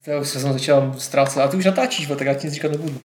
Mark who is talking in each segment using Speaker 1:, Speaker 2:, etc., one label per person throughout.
Speaker 1: To už jsem začal ztrácet, a ty už natáčíš, tak já ti nic říkat nebudu.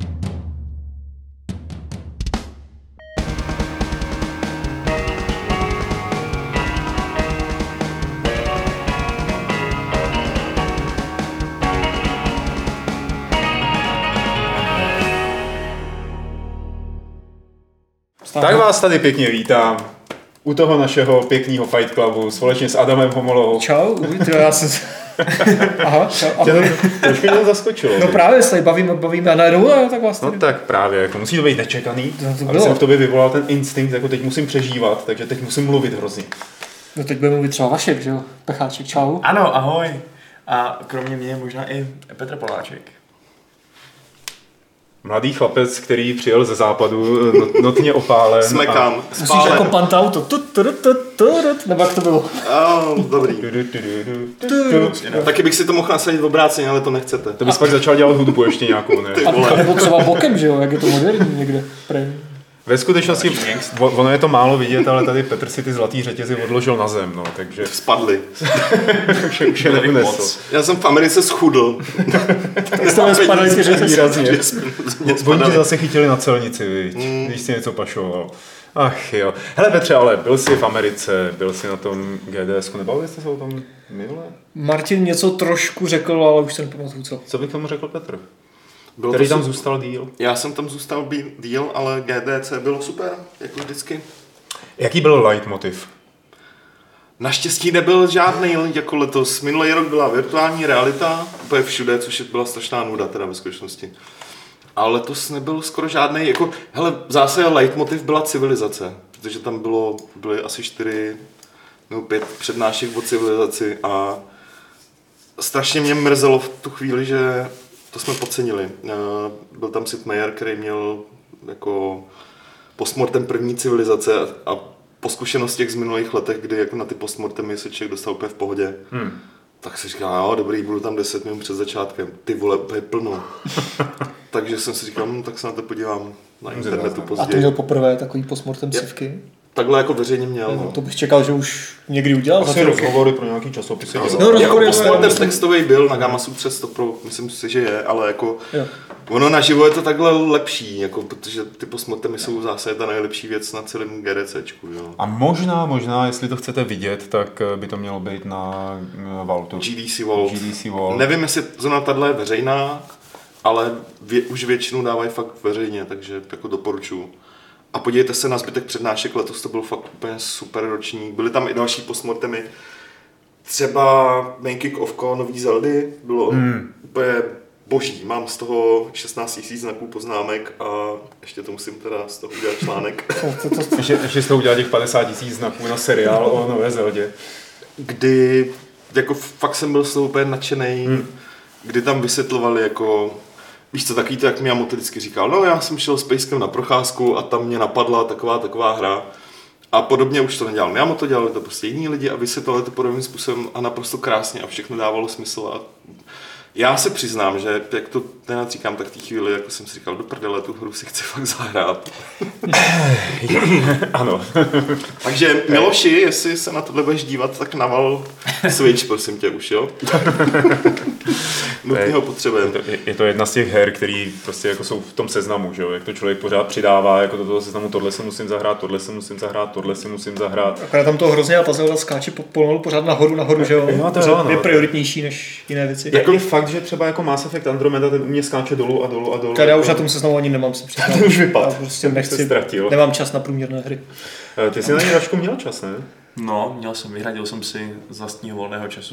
Speaker 2: Tak vás tady pěkně vítám u toho našeho pěkného Fight Clubu společně s Adamem Homolohou.
Speaker 1: Čau, já jsem... Aha, čau, ahoj.
Speaker 2: Trošku mě to zaskočilo.
Speaker 1: No právě se tady bavíme a najednou, tak vás tady...
Speaker 2: No tak právě, jako musí to být nečekaný,
Speaker 1: to
Speaker 2: aby jsem v tobě vyvolal ten instinkt, jako teď musím přežívat, takže teď musím mluvit hrozně.
Speaker 1: No teď bude mluvit třeba Vašek, že jo? Pecháček, čau.
Speaker 3: Ano, ahoj. A kromě mě možná i Petr Poláček.
Speaker 2: Mladý chlapec, který přijel ze západu, notně opálen.
Speaker 4: Smekám,
Speaker 1: Musíš jako pantauto. Nebo jak to bylo?
Speaker 4: Dobrý. Taky bych si to mohl nasadit v obráceně, ale to nechcete.
Speaker 2: To bys pak začal dělat hudbu ještě nějakou, ne?
Speaker 1: A nebo třeba bokem, že jo? Jak je to moderní někde.
Speaker 2: Ve skutečnosti, ono je to málo vidět, ale tady Petr si ty zlatý řetězy odložil na zem, no, takže...
Speaker 4: Spadly.
Speaker 2: už je neunesl.
Speaker 4: Já jsem v Americe schudl.
Speaker 1: Jste spadali ty řetězy.
Speaker 2: Výrazně. Oni ti zase chytili na celnici, když si něco pašoval. Ach jo. Hele Petře, ale byl jsi v Americe, byl jsi na tom GDS-ku, nebavili jste se o tom minule?
Speaker 1: Martin něco trošku řekl, ale už se nepamatuju co.
Speaker 2: Co by k tomu řekl Petr?
Speaker 4: Bylo
Speaker 2: Který
Speaker 4: to
Speaker 2: tam zůstal díl?
Speaker 4: Já jsem tam zůstal díl, ale GDC bylo super, jako vždycky.
Speaker 2: Jaký byl leitmotiv?
Speaker 4: Naštěstí nebyl žádný jako letos. Minulý rok byla virtuální realita, úplně všude, což byla strašná nuda teda ve skutečnosti. Ale letos nebyl skoro žádný, jako, hele, v zásadě leitmotiv byla civilizace, protože tam byly asi 4 nebo 5 přednášek o civilizaci a strašně mě mrzelo v tu chvíli, že to jsme podcenili. Byl tam Sid Meier, který měl jako postmortem první civilizace a po zkušenostech z minulých letech, kdy jako na ty postmortemy se člověk dostal úplně v pohodě, tak si říkal, jo, dobrý, budu tam 10 minut před začátkem. Ty vole, je plno. Takže jsem si říkal, tak se na to podívám na internetu později.
Speaker 1: A to měl poprvé takový postmortem cívky?
Speaker 4: Takhle jako veřejně měl. No.
Speaker 1: To bych čekal, že už někdy udělal.
Speaker 2: Asi rozhovory pro nějaký časopisy.
Speaker 4: Jako postmortem textový byl na Gamasutra 100 Pro, myslím si, že je, ale jako ono naživo je to takhle lepší, jako, protože ty postmortemy jsou zase ta nejlepší věc na celém GDCčku. Jo.
Speaker 2: A možná, jestli to chcete vidět, tak by to mělo být na Vaultu.
Speaker 4: GDC Vault. Nevím, jestli zrovna tato je veřejná, ale už většinu dávají fakt veřejně, takže jako doporučuji. A podívejte se na zbytek přednášek, letos to byl fakt úplně super ročník. Byly tam i další postmortemy. Třeba Making of Nový Zeldy bylo úplně boží. Mám z toho 16 000 znaků poznámek a ještě to musím teda z toho udělat článek.
Speaker 2: Ještě z toho udělat těch 50 000 znaků na seriál o Nové Zeldě.
Speaker 4: Kdy jako fakt jsem byl z toho úplně nadšenej, kdy tam vysvětlovali jako... Víš co, takový to, jak Miyamoto vždycky říkal, no já jsem šel s pejskem na procházku a tam mě napadla taková hra. A podobně už to nedělal Miyamoto, dělali to prostě jiní lidi a vysvětlovali to podobným způsobem a naprosto krásně a všechno dávalo smysl. A já se přiznám, že jak to tenhle říkám, tak v té chvíli jako jsem si říkal, do prdele, tu hru si chci fakt zahrát.
Speaker 2: Ano.
Speaker 4: Takže Miloši, jestli se na tohle budeš dívat, tak naval Switch, prosím tě už, jo? Nutně ho potřebujeme.
Speaker 2: Je to jedna z těch her, které prostě jako jsou v tom seznamu, že jo? Jak to člověk pořád přidává jako do toho seznamu, tohle si musím zahrát, tohle si musím zahrát.
Speaker 1: Akorát tam to hrozně a ta Zelda skáče pořád nahoru, že jo?
Speaker 2: No, to
Speaker 1: je prioritnější než jiné věci.
Speaker 2: Je fakt, že třeba jako Mass Effect Andromeda, ten u mě skáče dolů.
Speaker 1: Tady já už na tom seznamu ani nemám si přiznat.
Speaker 2: Už vypadl.
Speaker 1: Já prostě nemám čas na průměrné hry.
Speaker 2: Ty jsi na něj Račku měl čas, ne?
Speaker 3: No, vyhradil jsem si z vlastního volného času.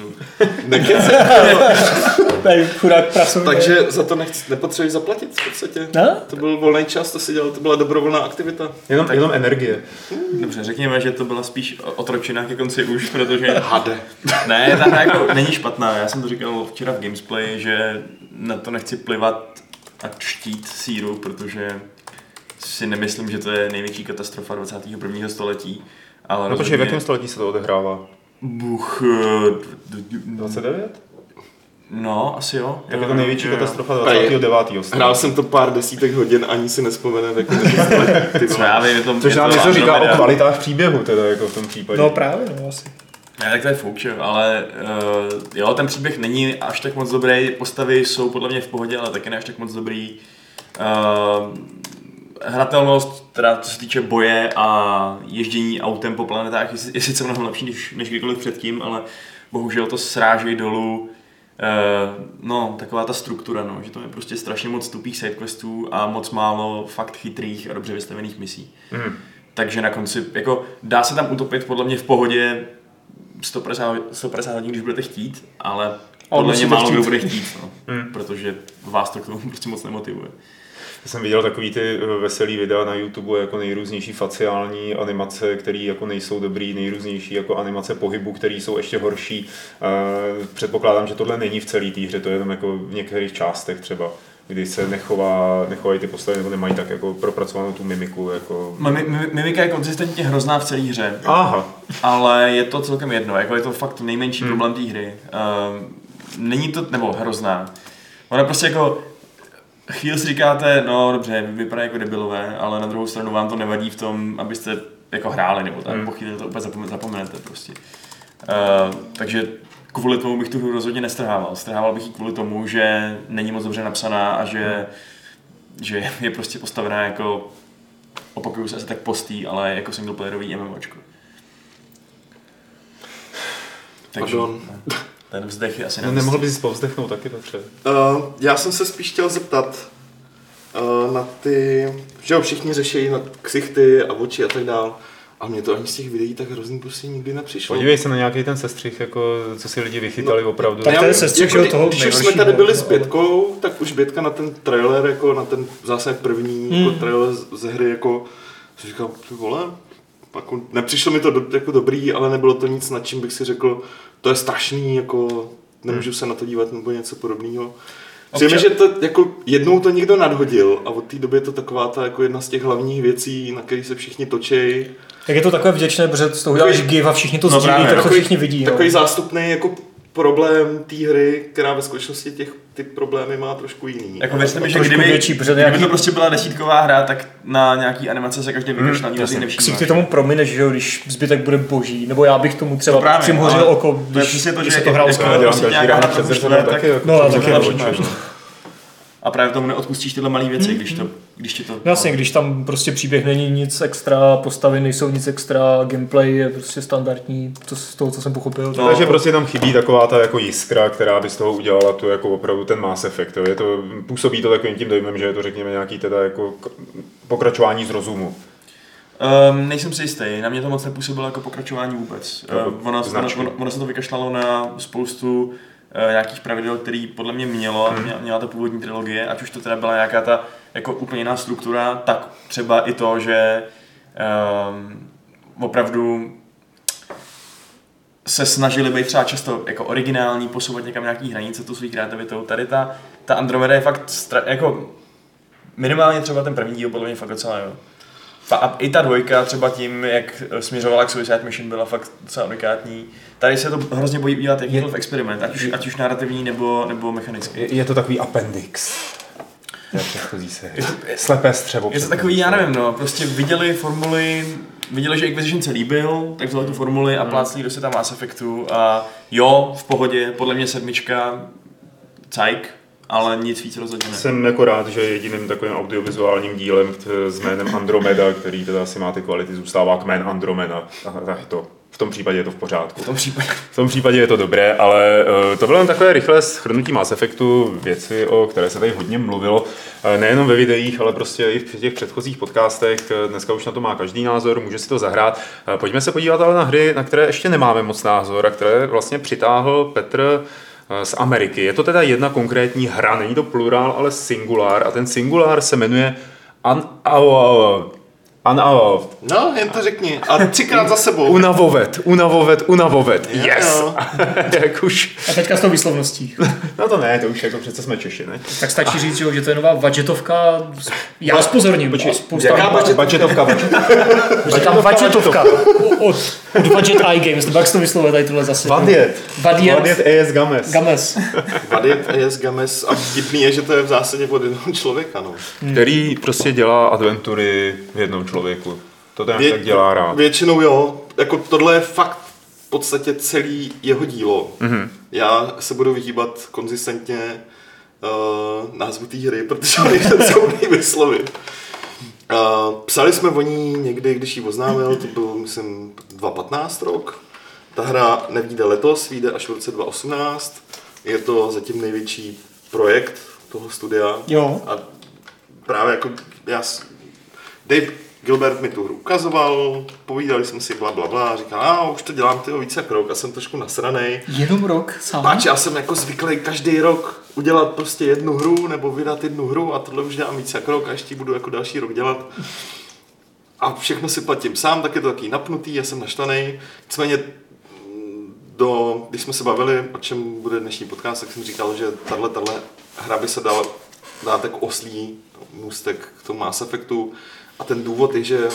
Speaker 1: Chudák pracovník.
Speaker 4: Takže za to nepotřebuješ zaplatit v podstatě.
Speaker 1: No?
Speaker 4: To byl volný čas, to si dělal, to byla dobrovolná aktivita.
Speaker 2: Jenom energie.
Speaker 3: Dobře, řekněme, že to byla spíš otročina ke konci už, protože...
Speaker 4: Hade.
Speaker 3: Ne, ta hra jako není špatná. Já jsem to říkal včera v Gamesplay, že na to nechci plivat a čtít síru, protože si nemyslím, že to je největší katastrofa 21. století. Ale
Speaker 2: no počkej, v jakém století se to odehrává? 29?
Speaker 3: No, asi jo.
Speaker 2: Tak je to největší katastrofa 29.
Speaker 4: Hrál jsem to pár desítek hodin, ani si nespomenu, jak
Speaker 3: Co já vím,
Speaker 2: což nám něco říká o kvalitách příběhu teda, jako v tom případě.
Speaker 1: No právě, no asi.
Speaker 3: Ne, tak to je fuk, že? Ale jo, ten příběh není až tak moc dobrý, postavy jsou podle mě v pohodě, ale taky ne až tak moc dobrý. Hratelnost, teda co se týče boje a ježdění autem po planetách, je sice mnohem lepší než kdykoliv předtím, ale bohužel to sráží dolů taková ta struktura, no, že to je prostě strašně moc tupých sidequestů a moc málo fakt chytrých a dobře vystavených misí. Takže na konci, jako dá se tam utopit podle mě v pohodě 150 hodin, když budete chtít, ale podle mě málo kdo bude chtít, no, protože vás to k tomu prostě moc nemotivuje.
Speaker 2: Já jsem viděl takový ty veselý videa na YouTube jako nejrůznější faciální animace, které jako nejsou dobrý, nejrůznější jako animace pohybu, které jsou ještě horší. Předpokládám, že tohle není v celé té hře, to je jenom jako v některých částech třeba, kdy se nechovají ty postavy nebo nemají tak jako propracovanou tu mimiku. Jako...
Speaker 3: Mimika je konzistentně hrozná v celé hře.
Speaker 2: Aha.
Speaker 3: Ale je to celkem jedno, jako je to fakt nejmenší problém té hry. Není to, nebo hrozná. Ona prostě jako chvíli si říkáte, no dobře, vypadá jako debilové, ale na druhou stranu vám to nevadí v tom, abyste jako hráli, nebo tak po chvíli to úplně zapomenete prostě. Takže kvůli tomu bych tu hru rozhodně nestrhával. Strhával bych ji kvůli tomu, že není moc dobře napsaná a že je prostě postavená jako, opakuju se asi tak postý, ale jako singleplayerový MMOčko. Takže ten vzdech je asi
Speaker 2: nemohl bys povzdechnout taky, Petře?
Speaker 4: Já jsem se spíš chtěl zeptat na ty, že jo, všichni řeší na ksichty a oči a tak dál. A mě to ani z těch videí tak hrozný prostě nikdy nepřišlo.
Speaker 2: Podívej se na nějaký ten sestřih, jako, co si lidi vychytali opravdu.
Speaker 1: Tak ten sestřih jako toho
Speaker 4: když jsme tady byli s Bětkou, tak už Bětka na ten trailer, jako na ten zase první jako trailer ze hry, jako si říkal, ty vole, jako, nepřišlo mi to jako dobrý, ale nebylo to nic, nad čím bych si řekl, to je strašný, jako nemůžu se na to dívat nebo něco podobného. Přijeme, že to jako jednou to někdo nadhodil a od té doby je to taková ta jako jedna z těch hlavních věcí, na který se všichni točí.
Speaker 1: Tak je to takové vděčné, protože z toho děláš gif a všichni to sdílí, tak to všichni vidí.
Speaker 4: Takový zástupný jako problém té hry, která ve skutečnosti ty problémy má trošku jiný.
Speaker 3: Jako věřte mi, že kdyby to prostě byla desítková hra, tak na nějaký animace se každý vykašlal, nikdo si nevšiml.
Speaker 1: Ty tomu promineš, že jo, když zbytek bude boží, nebo já bych tomu třeba přimhořil oko, když se to hrál skvěle.
Speaker 3: A právě tomu neodpustíš tyhle malé věci, když ti to...
Speaker 1: Jasně, když tam prostě příběh není nic extra, postavy nejsou nic extra, gameplay je prostě standardní, z toho, co jsem pochopil.
Speaker 2: Takže prostě tam chybí taková ta jako jiskra, která by z toho udělala tu jako opravdu ten Mass Effect. Působí to takovým tím dojmem, že je to řekněme nějaký teda jako pokračování z rozumu.
Speaker 3: Nejsem si jistý, na mě to moc nepůsobilo jako pokračování vůbec. Ono se to vykašlalo na spoustu nějakých pravidel, který podle mě měla ta původní trilogie, ať už to teda byla nějaká ta jako úplně jiná struktura, tak třeba i to, že opravdu se snažili být třeba často jako originální, posouvat někam nějaký hranice tu svou kreativitou. Tady ta Andromeda je fakt jako minimálně třeba ten první díl podle mě fakt docela jo. A i ta dvojka třeba tím, jak směřovala k Suicide Mission, byla fakt docela unikátní. Tady se to hrozně bojí udělat jakýkoliv experiment, ať už narrativní nebo mechanický.
Speaker 2: Je to takový appendix. Předchozí se. Slepé střevo.
Speaker 3: Je to takový, já nevím, no, prostě viděli, že Acquisition se líbil, tak vzali tu formuli a plácli do světa Mass Effectu a jo, v pohodě, podle mě 7, cajk, ale nic víc rozhodně ne.
Speaker 2: Jsem jako rád, že jediným takovým audiovizuálním dílem s jménem Andromeda, který teda asi má ty kvality, zůstává kmen Andromeda. V tom případě je to v pořádku. V tom případě je to dobré, ale to bylo jen takové rychlé shrnutí Mass Effectu, věci, o které se tady hodně mluvilo, nejenom ve videích, ale prostě i v těch předchozích podcastech. Dneska už na to má každý názor, může si to zahrát. Pojďme se podívat ale na hry, na které ještě nemáme moc názor a které vlastně přitáhl Petr z Ameriky. Je to teda jedna konkrétní hra, není to plurál, ale singular a ten singular se jmenuje
Speaker 4: No, jen to řekni. A 3krát za sebou.
Speaker 2: Unavovet. Yes! Jak už...
Speaker 1: A teďka s tou výslovností.
Speaker 2: No to ne, to už jako přece jsme Češi, ne?
Speaker 1: Tak stačí říct, že to je nová budgetovka. Já zpozorním.
Speaker 2: Jaká budgetovka?
Speaker 1: Říkám budgetovka. Od Budget iGames, to jak se to vyslovuje tady tohle zase.
Speaker 2: Vadiet ES Games.
Speaker 4: Vadiet ES Games a vtipný je, že to je v zásadě od jednoho člověka, no.
Speaker 2: Který prostě dělá adventury v jednom člověku. To ten tak dělá rád.
Speaker 4: Většinou jo, jako tohle je fakt v podstatě celý jeho dílo. Já se budu vyhýbat konzistentně názvu té hry, protože nejsem schopný vyslovit. Psali jsme o ní někdy, když ji oznámil, to byl, myslím, 2015 rok. Ta hra nevyjde letos, vyjde až v roce 2018. Je to zatím největší projekt toho studia.
Speaker 1: Jo.
Speaker 4: A právě jako Dave Gilbert mi tu hru ukazoval, povídali jsme si blablabla, říkal, už to dělám více jak rok a jsem trošku nasranej.
Speaker 1: Jenom rok sám?
Speaker 4: Páč, já jsem jako zvyklý každý rok udělat prostě jednu hru nebo vydat jednu hru a tohle už dělám více jak rok a ještě budu jako další rok dělat. A všechno si platím sám, tak je to takový napnutý, já jsem naštvanej. Nicméně když jsme se bavili, o čem bude dnešní podcast, tak jsem říkal, že tahle hra by se dala dát jako oslí můstek k tomu Mass Effectu. A ten důvod je, že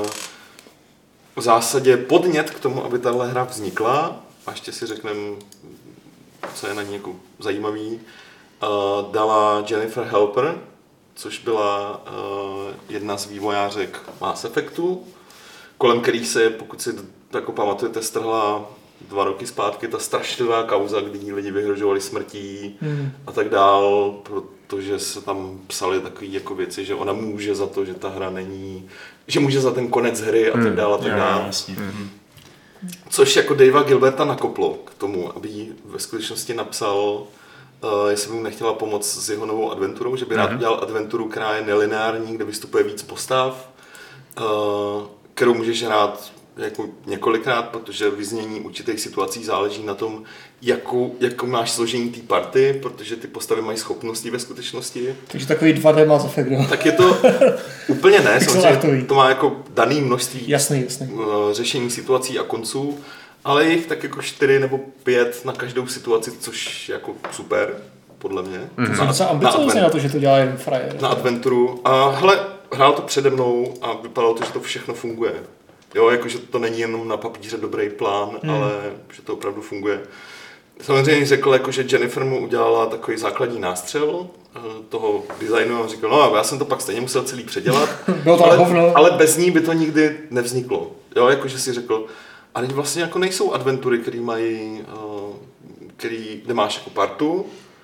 Speaker 4: v zásadě podnět k tomu, aby tahle hra vznikla, a ještě si řekneme, co je na ní jako zajímavý, dala Jennifer Helper, což byla jedna z vývojářek Mass Effectu, kolem kterých se, pokud si jako pamatujete, strhla 2 roky zpátky ta strašlivá kauza, kdy lidi vyhrožovali smrtí a tak dál, protože se tam psaly takové jako věci, že ona může za to, že ta hra není, že může za ten konec hry a tak dále a tak dále. Což jako Davea Gilberta nakoplo k tomu, aby jí ve skutečnosti napsal, jestli by mu nechtěla pomoct s jeho novou adventurou, že by rád udělal adventuru, která je nelineární, kde vystupuje víc postav, kterou můžeš hrát jako několikrát, protože vyznění určitých situací záleží na tom, jakou máš složení té party, protože ty postavy mají schopnosti ve skutečnosti.
Speaker 1: Takže takový 2D Mass Effect, jo?
Speaker 4: Tak je to úplně ne, samozřejmě to má jako daný množství
Speaker 1: jasný.
Speaker 4: řešení situací a konců, ale je jich tak jako 4 nebo 5 na každou situaci, což je jako super, podle mě.
Speaker 1: To je docela ambiciozně na to, že to dělá jen frajer.
Speaker 4: Na adventuru. A hele, hrál to přede mnou a vypadalo to, že to všechno funguje. Jo, jakože to není jenom na papíře dobrý plán, ale že to opravdu funguje. Samozřejmě řekl, jako, že Jennifer mu udělala takový základní nástřel toho designu a říkal, no já jsem to pak stejně musel celý předělat, ale bez ní by to nikdy nevzniklo. Jo, jakože si řekl, a teď vlastně jako nejsou adventury, které mají, kde máš jako partu,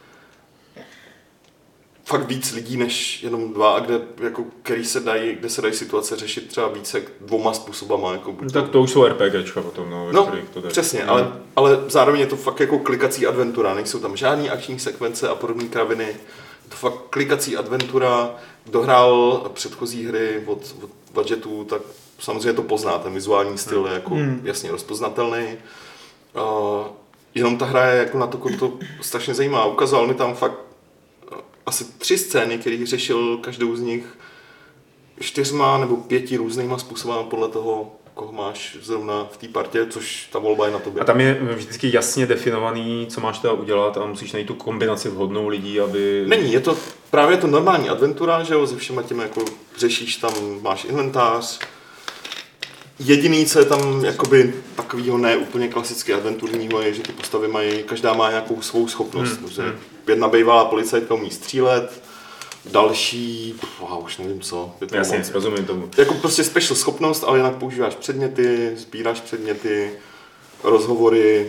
Speaker 4: fakt víc lidí než jenom 2, a kde se dají situace řešit třeba více 2 způsobama. Jako
Speaker 2: tak to už jsou RPGčka potom,
Speaker 4: to přesně, ale zároveň je to fakt jako klikací adventura, nejsou tam žádný akční sekvence a podobné kraviny. Je to fakt klikací adventura, kdo hrál předchozí hry od budgetů, tak samozřejmě to pozná, ten vizuální styl je jako jasně rozpoznatelný. Jenom ta hra je jako na to strašně zajímavá, ukazoval mi tam fakt asi 3 scény, které řešil každou z nich 4 nebo 5 různýma způsoby podle toho, koho máš zrovna v té partě, což ta volba je na tobě.
Speaker 2: A tam je vždycky jasně definovaný, co máš teda udělat a musíš najít tu kombinaci vhodnou lidí, aby...
Speaker 4: Není, je to právě to normální adventura, že jo, se všema těmi jako řešíš, tam máš inventář. Jediný, co je tam jakoby takovýho ne úplně klasicky adventurního, je, že ty postavy každá má nějakou svou schopnost. Jedna bývalá policajtka umí střílet, další, už nevím co.
Speaker 2: Jasně, rozumím tomu.
Speaker 4: Jako prostě special schopnost, ale jinak používáš předměty, sbíráš předměty, rozhovory,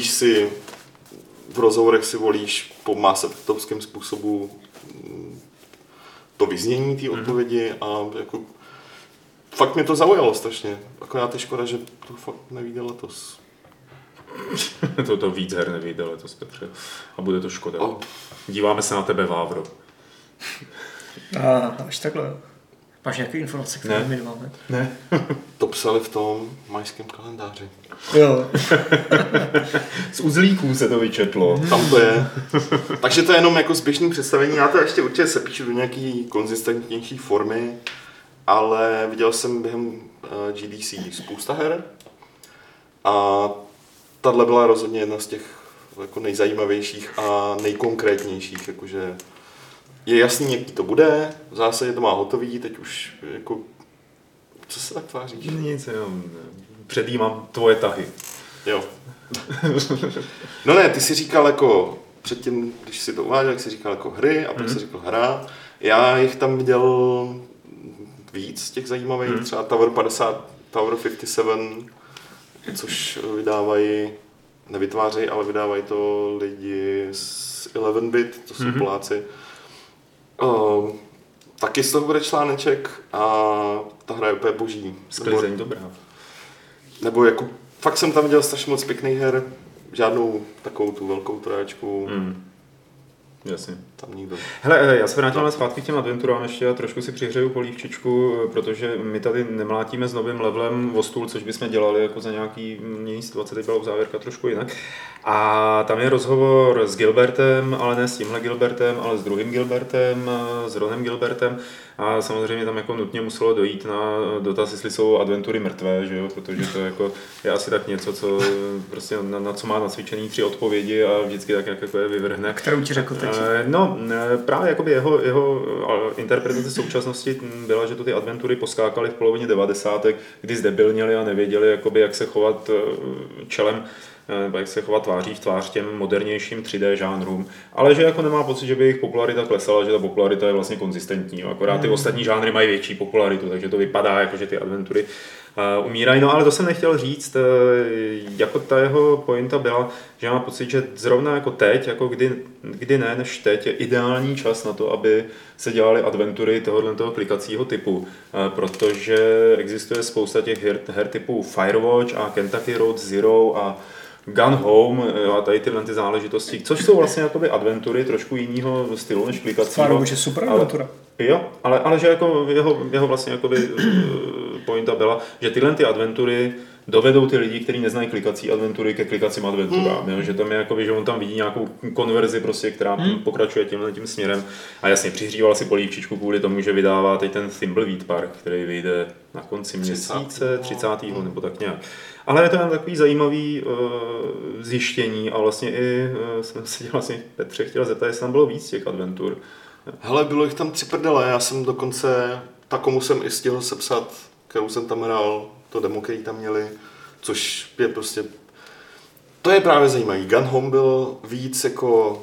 Speaker 4: v rozhovorech si volíš po Mass Effectovském způsobu to vyznění té odpovědi a jako fakt mě to zaujalo strašně. Akorát je škoda, že to fakt nevyjde letos.
Speaker 2: to víc her nevyjde letos, Petře. A bude to škoda. Díváme se na tebe, Vávro.
Speaker 1: Až takhle. Máš nějaké informace, které my nemáme?
Speaker 2: Ne.
Speaker 4: To psali v tom majském kalendáři.
Speaker 1: Jo.
Speaker 2: Z uzlíků se to vyčetlo.
Speaker 4: Tam to je. Takže to je jenom jako zběžný představení. Já to ještě určitě sepíšu do nějaký konzistentnější formy. Ale viděl jsem během GDC spousta her a tahle byla rozhodně jedna z těch jako nejzajímavějších a nejkonkrétnějších, jakože je jasný, jaký to bude, v zásadě to má hotový, teď už jako, co se tak tváříš?
Speaker 2: Nic, jenom předjímám tvoje tahy.
Speaker 4: Jo. No ne, ty jsi říkal jako, předtím, když si to uváděl, jak jsi říkal jako hry a pak jsi říkal hra, já jich tam viděl víc těch zajímavých, třeba Tower 57, což nevytvářejí, ale vydávají to lidi z 11-bit, to jsou Poláci. Taky z toho bude článeček a ta hra je úplně boží.
Speaker 2: Sklizeň dobrá.
Speaker 4: Nebo jako, fakt jsem tam viděl strašně moc pěkných her, žádnou takovou tu velkou trojačku.
Speaker 2: Jasně.
Speaker 4: Tam nikdo.
Speaker 2: Hele, já se vrátím zpátky k těm adventurám ještě a trošku si přihřeju polívčičku, protože my tady nemlátíme s novým levelem o stůl, což bychom dělali jako za nějaký měsíc, 20, teď byla uzávěrka trošku jinak. A tam je rozhovor s Gilbertem, ale ne s tímhle Gilbertem, ale s druhým Gilbertem, s Ronem Gilbertem. A samozřejmě tam jako nutně muselo dojít na dotaz, jestli jsou adventury mrtvé, že jo? Protože to jako je asi tak něco, co prostě na co má nacvičený 3 odpovědi a vždycky tak jako je vyvrhne.
Speaker 1: Kterou ti řekl teď?
Speaker 2: No, právě jakoby jeho interpretace současnosti byla, že to ty adventury poskákaly v polovině 90. kdy zdebilněli a nevěděli, jakoby, jak se chovat čelem, nebo jak se chovat tváří v tvář těm modernějším 3D žánrům, ale že jako nemá pocit, že by jejich popularita klesala, že ta popularita je vlastně konzistentní. Akorát ty ostatní žánry mají větší popularitu, takže to vypadá jako, že ty adventury umírají. No ale to jsem nechtěl říct, jako ta jeho pointa byla, že má pocit, že zrovna jako teď, jako kdy ne, než teď, je ideální čas na to, aby se dělaly adventury tohoto klikacího typu, protože existuje spousta těch her typu Firewatch a Kentucky Road Zero a Gun Home a tady tyhle ty záležitosti, což jsou vlastně jakoby adventury trošku jiného stylu než klikacího.
Speaker 1: Firewatch je super adventura.
Speaker 2: Jo, ale že jako jeho vlastně jakoby pointa byla, že tyhle ty adventury dovedou ty lidi, kteří neznají klikací adventury, ke klikacím adventurám, že tam je jakoby, že on tam vidí nějakou konverzi prostě, která pokračuje tím směrem a jasně přihříval si polívčičku kvůli tomu, že vydává teď ten Thimbleweed Park, který vyjde na konci měsíce, 30. nebo tak nějak. Ale je to jen takový zajímavý zjištění a vlastně i jsem se vlastně Petře chtěl zeptat, jestli tam bylo víc těch adventur.
Speaker 4: Hele, bylo jich tam 3 prdele, já jsem dokonce, takomu jsem i stihl sepsat, kterou jsem tam hrál, to demo, který tam měli, což je prostě, to je právě zajímavý. Gun Home byl víc jako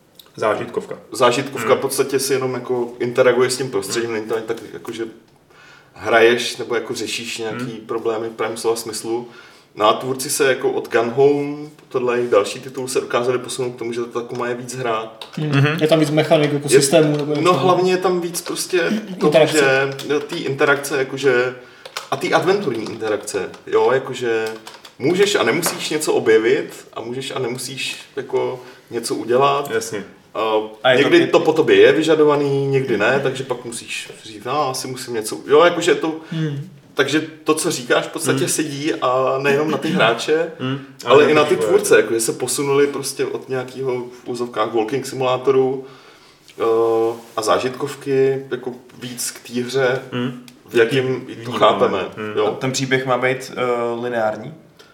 Speaker 4: zážitkovka, v podstatě si jenom jako interaguješ s tím prostředím, není to ani tak jako, že hraješ nebo jako řešíš nějaký problémy v pravém slova smyslu. No a tvůrci se jako od Gun Home, tohle i další titul se dokázali posunout k tomu, že to jako má víc hrát.
Speaker 1: Je tam víc mechanik jako systému?
Speaker 4: No hlavně je tam víc prostě toho, že ty interakce jakože a ty adventurní interakce, jo, jakože můžeš a nemusíš něco objevit a můžeš a nemusíš jako něco udělat.
Speaker 2: Jasně.
Speaker 4: A někdy to po tobě je vyžadovaný, někdy ne, takže pak musíš říct, asi musím něco, jo, jakože to, takže to, co říkáš, v podstatě sedí a nejenom na ty hráče, ale i na ty tvůrce, jakože se posunuli prostě od nějakého v úzovkách walking simulátoru a zážitkovky, jako víc k té hře, v jakým to chápeme. Jo.
Speaker 3: A ten příběh má být lineární?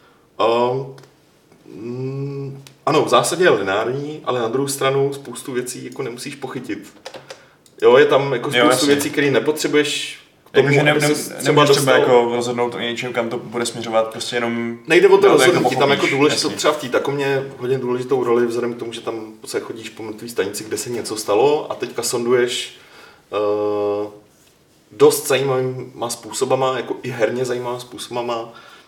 Speaker 4: Ano, v zásadě je lineární, ale na druhou stranu spoustu věcí jako nemusíš pochytit. Jo, je tam jako spoustu věcí, které nepotřebuješ k tomu,
Speaker 3: nemůžeš třeba jako rozhodnout o něčem, kam to bude směřovat, prostě jenom...
Speaker 4: Nejde o to rozhodnutí, tam jako důležité, třeba v té takomě hodně důležitou roli, vzhledem k tomu, že tam chodíš po mrtvý stanici, kde se něco stalo a teďka sonduješ dost zajímavýma způsobama, jako i herně zajímavýma způsobama,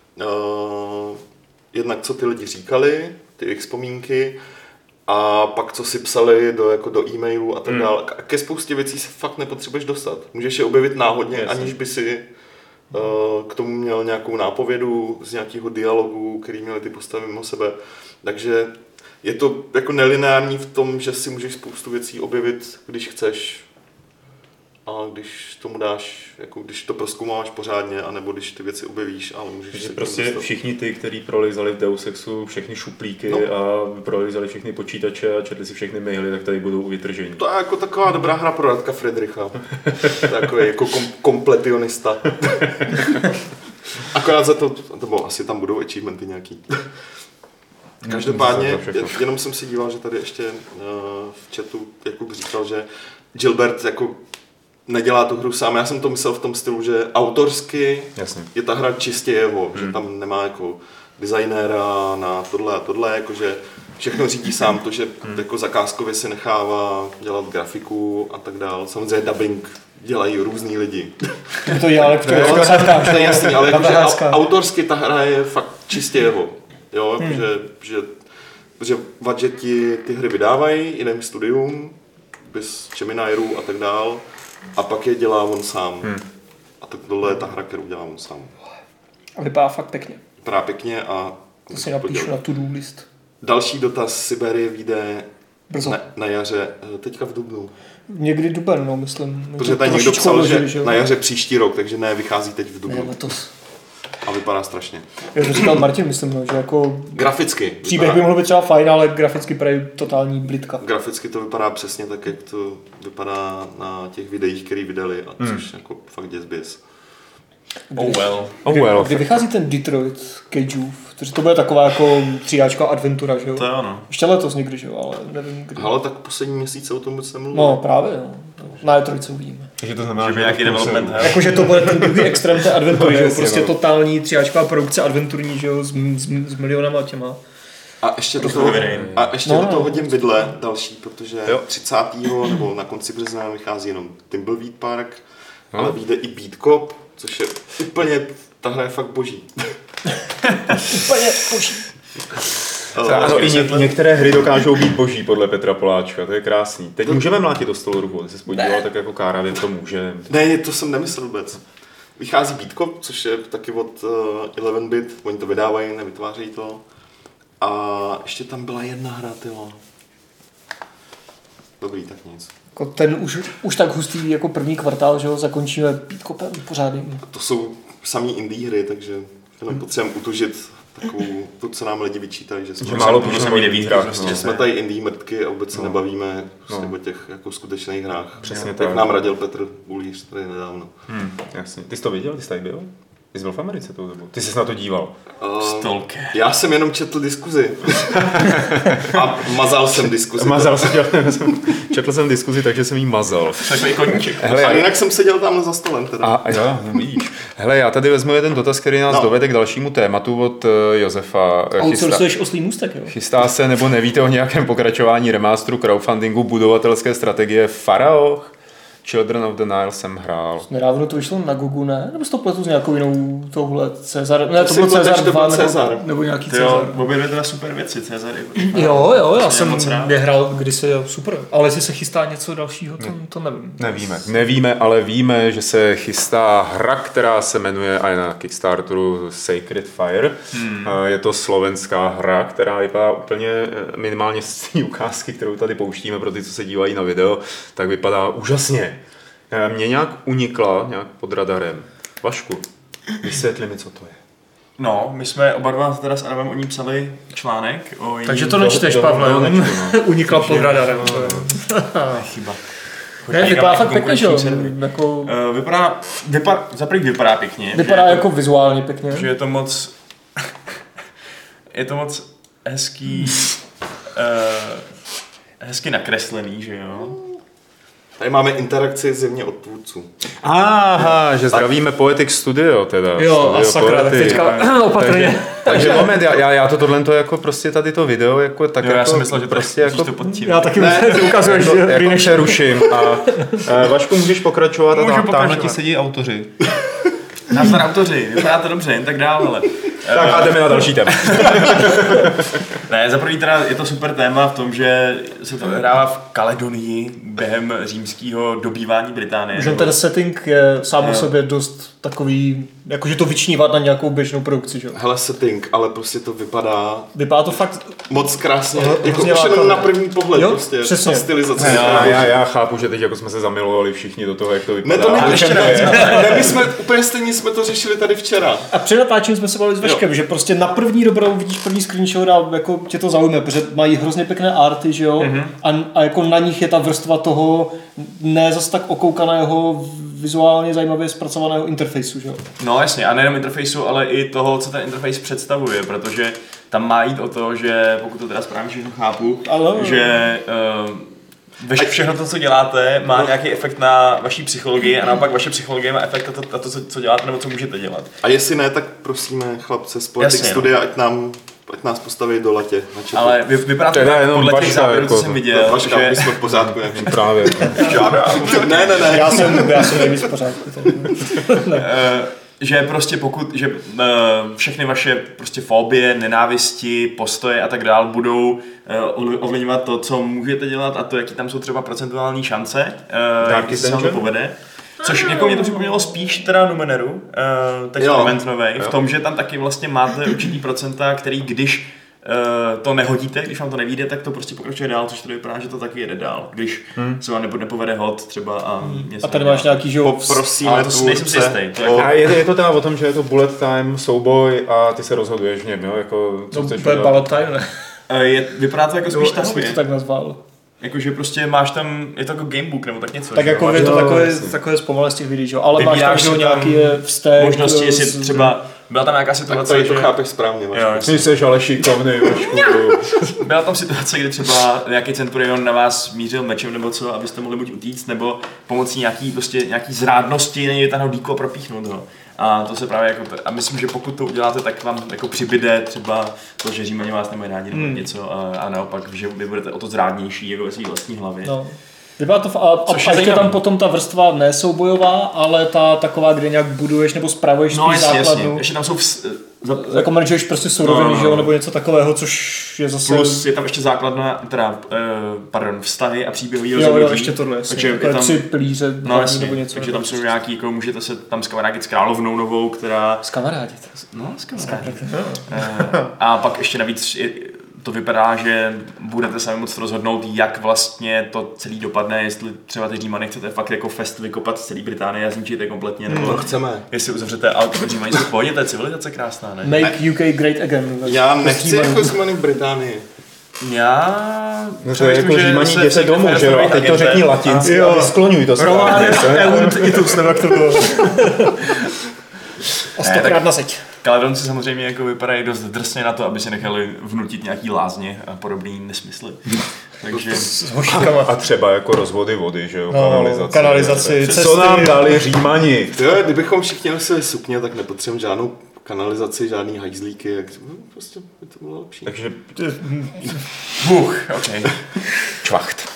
Speaker 4: jednak co ty lidi říkali, ty jejich vzpomínky, a pak co si psali do e-mailu a tak dále. A ke spoustě věcí se fakt nepotřebuješ dostat. Můžeš je objevit náhodně, aniž by si k tomu měl nějakou nápovědu z nějakého dialogu, který měly ty postavy mimo sebe. Takže je to jako nelineární v tom, že si můžeš spoustu věcí objevit, když chceš. A když tomu dáš, jako když to prozkoumáš pořádně, anebo když ty věci objevíš, ale můžeš
Speaker 2: si prostě všichni ty, kteří prolizali v Deus Exu všechny šuplíky a prolizali všechny počítače a četli si všechny maily, tak tady budou vytržení.
Speaker 4: To je jako taková dobrá hra pro Radka Friedricha. Takový jako kompletionista. Akorát za to, asi tam budou achievementy nějaký. Každopádně, jenom jsem si díval, že tady ještě v chatu Jakub říkal, že Gilbert jako nedělá tu hru sám. Já jsem to myslel v tom stylu, že autorsky je ta hra čistě jeho, že tam nemá jako designéra na tohle a tohle, jakože všechno řídí sám, to, že jako zakázkově si nechává dělat grafiku a tak dál. Samozřejmě dubbing dělají různý lidi.
Speaker 1: To je ale
Speaker 4: to je jasný, ale jakože autorsky ta hra je fakt čistě jeho. Jo, že Wadjet ty hry vydávají jiným studium, bez Geminiru a tak dál, a pak je dělá on sám. A tohle je ta hra, kterou dělá on sám.
Speaker 1: A vypadá fakt pěkně.
Speaker 4: Vypadá pěkně a...
Speaker 1: To si napíšu na to-do list.
Speaker 4: Další dotaz, Siberie vyjde na jaře, teďka v dubnu.
Speaker 1: Někdy duben, no, myslím.
Speaker 4: Protože tady někdo psal, že na jaře příští rok, takže ne, vychází teď v dubnu.
Speaker 1: Ne, letos.
Speaker 4: A vypadá strašně.
Speaker 1: Jak to říkal Martin, myslím, no, že jako...
Speaker 4: Graficky.
Speaker 1: Příběh by mohl být třeba fajn, ale graficky praví totální blitka.
Speaker 4: Graficky to vypadá přesně tak, jak to vypadá na těch videích, které vydali, a což jako fakt děsběs.
Speaker 1: Kdy vychází ten Detroit Cageův? Protože to bude taková jako tříáčka adventura, že jo?
Speaker 3: To je ono.
Speaker 1: Ještě letos někdy, že jo, ale nevím kdy.
Speaker 4: Ale tak poslední měsíc se o tom moc nemluví.
Speaker 1: No právě, no. Na E3 uvidíme.
Speaker 2: Takže to znamená,
Speaker 3: Že by nějaký development, hej.
Speaker 1: Jakože to bude ten druhý extrém té adventury, že jo? Prostě
Speaker 2: no.
Speaker 1: totální tříáčková produkce adventurní, že jo? S milionama těma.
Speaker 4: A ještě do toho hodím vidle další, protože 30. nebo na konci března vychází jenom Thimbleweed Park, ale vyjde i Beat Cop, což je úplně, ta hra je fakt boží.
Speaker 1: Úplně boží.
Speaker 2: Ano, i některé hry dokážou být boží podle Petra Poláčka, to je krásný. Teď můžeme mlátit do stolu ruku, ty se spodíval, tak jako Kára, to může.
Speaker 4: Ne, to jsem nemyslel vůbec. Vychází Beat Cop, což je taky od 11-bit, oni to vydávají, nevytvářejí to. A ještě tam byla jedna hra, tylo. Dobrý, tak nic.
Speaker 1: Jako ten už tak hustý jako první kvartál, že ho zakončíme Beat Copem pořádným.
Speaker 4: To jsou samý indie hry, takže jenom potřebujeme utužit takovou, to, co nám lidi vyčítají, že jsme
Speaker 2: málo píšeme indie hrách,
Speaker 4: že jsme tady indie mrtky a vůbec se nebavíme o těch jako skutečných hrách.
Speaker 2: Přesně
Speaker 4: jak
Speaker 2: tak.
Speaker 4: nám radil Petr Bulíř tady nedávno.
Speaker 2: Jasně. Ty jsi to viděl? Ty jsi tady byl? Ty jsi byl v Americe tou dobou? Ty jsi na to díval?
Speaker 3: Stalker.
Speaker 4: Já jsem jenom četl diskuzi. A mazal jsem diskuzi.
Speaker 2: Četl jsem diskuzi, takže jsem jí mazal.
Speaker 3: Takový koníček.
Speaker 4: A jinak jsem seděl tam za stolem teda.
Speaker 2: A jo, vidíš. Hele, já tady vezmu jeden dotaz, který nás dovede k dalšímu tématu od Josefa.
Speaker 1: Outsourcuješ oslý můstek, jo?
Speaker 2: Chystá se, nebo nevíte o nějakém pokračování remasteru crowdfundingu budovatelské strategie Faraoch? Children of the Nile jsem hrál.
Speaker 1: Nedávno to vyšlo na Gogu, ne? Nebo jsi to pletu s nějakou jinou touhle Cezar? Ne, to byl
Speaker 4: Cezar 2
Speaker 1: nebo nějaký
Speaker 3: Cezar. Jo, obě dvě teda super věci, Cezar.
Speaker 1: Jo, já jsem nehrál kdysi, super. Ale jestli se chystá něco dalšího, to nevím.
Speaker 2: Nevíme, ale víme, že se chystá hra, která se jmenuje a je na Kickstarteru Sacred Fire. Je to slovenská hra, která vypadá úplně minimálně z té ukázky, kterou tady pouštíme pro ty, co se dívají na video, tak vypadá úžasně. Mě nějak unikla, nějak pod radarem. Vašku, vysvětli mi, co to je.
Speaker 3: No, my jsme oba dva teda s Adamem o ní psali článek.
Speaker 1: Takže to nečteš, Pavle, unikla pod radarem.
Speaker 3: Chyba.
Speaker 1: Ne, vypadá fakt pěkně, že jo?
Speaker 3: Vypadá pěkně.
Speaker 1: Vypadá jako vizuálně pěkně.
Speaker 3: Že je to moc hezký, hezky nakreslený, že jo?
Speaker 4: Tady máme interakci zjevně od tvůrců.
Speaker 2: Aha, že zdravíme Poetic Studio teda.
Speaker 1: Jo, a sakra, tak teďka opatrně.
Speaker 2: Takže moment, já to tohle jako prostě tady to video jako tak
Speaker 3: jo,
Speaker 2: jako
Speaker 3: já jsem myslel, že
Speaker 2: prostě
Speaker 3: jako to pod tím.
Speaker 1: Já taky ukazuješ, že
Speaker 2: jako přeruším a Vašku, můžeš pokračovat a tamhle ti sedí autoři.
Speaker 3: Nazdar autoři, vypadá to dobře, jen tak dál, ale...
Speaker 2: Tak a jdeme na další téma.
Speaker 3: Ne, za první teda je to super téma v tom, že se to odehrává v Kaledonii během římského dobývání Británie.
Speaker 1: Že ten setting je sám o sobě dost takový, jakože to vyčnívat na nějakou běžnou produkci, že jo?
Speaker 4: Hele, setting, ale prostě to vypadá
Speaker 1: to fakt
Speaker 4: moc krásně, jako už jenom na první pohled, jo, prostě,
Speaker 1: přesně.
Speaker 4: Ta stylizace.
Speaker 2: Já chápu, že teď jako jsme se zamilovali všichni do toho, jak to vypadá.
Speaker 4: Ne, to není ještě my jsme úplně stejně jsme to řešili tady včera.
Speaker 1: A před natáčením jsme se bavili s Vaškem, že prostě na první dobrou vidíš první screenshot a jako tě to zaujme, protože mají hrozně pěkné arty, že jo? A jako na nich je ta vrstva toho ne zas tak okoukaného, vizuálně zajímavě zpracovaného interfejsu, že jo?
Speaker 3: No jasně, a nejenom interfejsu, ale i toho, co ten interfejs představuje, protože tam má jít o to, že pokud to teda správně všechno chápu, že všechno to, co děláte, má nějaký efekt na vaší psychologii a naopak vaše psychologie má efekt na to, co děláte nebo co můžete dělat.
Speaker 4: A jestli ne, tak prosíme chlapce z Poetic Studia, ať nás postaví do latě na chatu.
Speaker 3: Ale vypadá to podle těch záběrů, co jsem viděl,
Speaker 4: Vaška, my jsme v pořádku.
Speaker 2: Právě.
Speaker 4: Ne.
Speaker 1: Já jsem nejvíc v pořádku.
Speaker 3: že prostě že všechny vaše prostě fobie, nenávisti, postoje a tak dál budou ovlivňovat to, co můžete dělat a to, jaký tam jsou třeba procentuální šance, jaký se vám to povede. Což jako mě to připomnělo spíš teda Numeneru, Torment novej, v tom, že tam taky vlastně máte určitý procenta, který když to nehodíte, když vám to nevíde, tak to prostě pokračuje dál, což to vypadá, že to taky jede dál. Když se vám nepovede hod třeba a něco.
Speaker 1: A tady máš nějaký, že jo,
Speaker 4: prosíme
Speaker 3: to nejsem si jistý.
Speaker 2: A je to teda o tom, že je to bullet time, souboj a ty se rozhoduješ v něm, jo? Jako, co chceš udělat.
Speaker 1: bullet time, ne?
Speaker 3: Vypadá to jako spíš
Speaker 1: Já bych to tak nazval.
Speaker 3: Jakože prostě máš tam, je to jako gamebook nebo tak něco.
Speaker 1: Tak jako je to takové zpomalé z těch videí, že? Ale máš tam, že nějaký vztek.
Speaker 3: Možnosti, jestli třeba byla tam nějaká situace,
Speaker 4: tak to chápeš správně.
Speaker 2: Ty jsi ale šikovnej,
Speaker 3: Byla tam situace, kdy třeba nějaký centurion na vás mířil mečem nebo co, abyste mohli buď utíct, nebo pomocí nějaký zrádnosti nejde tam díku a propíchnout ho. A to se právě jako, a myslím, že pokud to uděláte, tak vám jako přibyde třeba to, že Římani vás nemají rádi nebo něco a naopak, že vy budete o to zrádnější jako ve své vlastní hlavě.
Speaker 1: No. Vypadá to a ještě tam potom ta vrstva nesoubojová, ale ta taková, kde nějak buduješ nebo spravuješ spíš základnu.
Speaker 3: Ještě tam jsou
Speaker 1: jako manažuješ prostě suroviny, že jo, nebo něco takového, což je zase...
Speaker 3: Plus je tam ještě základna, vztahy a příběhový
Speaker 1: rozhodnutí. Jo, ještě tohle, takže
Speaker 3: je tam
Speaker 1: 3 pilíře, nebo něco.
Speaker 3: Takže tam jsou nějaký, jako můžete se tam skamarádit s královnou novou, která...
Speaker 1: Skamarádit?
Speaker 3: No, skamarádit. A pak ještě navíc to vypadá, že budete sami moct rozhodnout, jak vlastně to celý dopadne, jestli třeba ty Římany chcete fakt jako fest vykopat z celý Británie a zničit je kompletně, nebo
Speaker 4: chceme.
Speaker 3: Jestli uzavřete, ale Římani jsou v pohodě, to je civilizace krásná, ne?
Speaker 1: Make UK great again.
Speaker 4: Já nechci jako Římany v Británii.
Speaker 2: No to je jako Římani jděte domů, že jo? A teď to řekni latinsky a vyskloňuj to správně.
Speaker 1: Itus, nebo jak to bylo. A 100krát na zeď.
Speaker 3: Kaledonci samozřejmě jako vypadají dost drsně na to, aby si nechali vnutit nějaký lázně a podobný nesmysly. Takže
Speaker 2: a třeba jako rozvody vody, že jo,
Speaker 1: kanalizaci, cesty.
Speaker 2: Co nám dali Římani?
Speaker 4: Jo, kdybychom všichni nosili sukně, tak nepotřebujeme žádnou kanalizaci, žádný hajzlíky, jak prostě by to bylo lepší.
Speaker 2: Takže
Speaker 3: okej.
Speaker 2: Čvacht.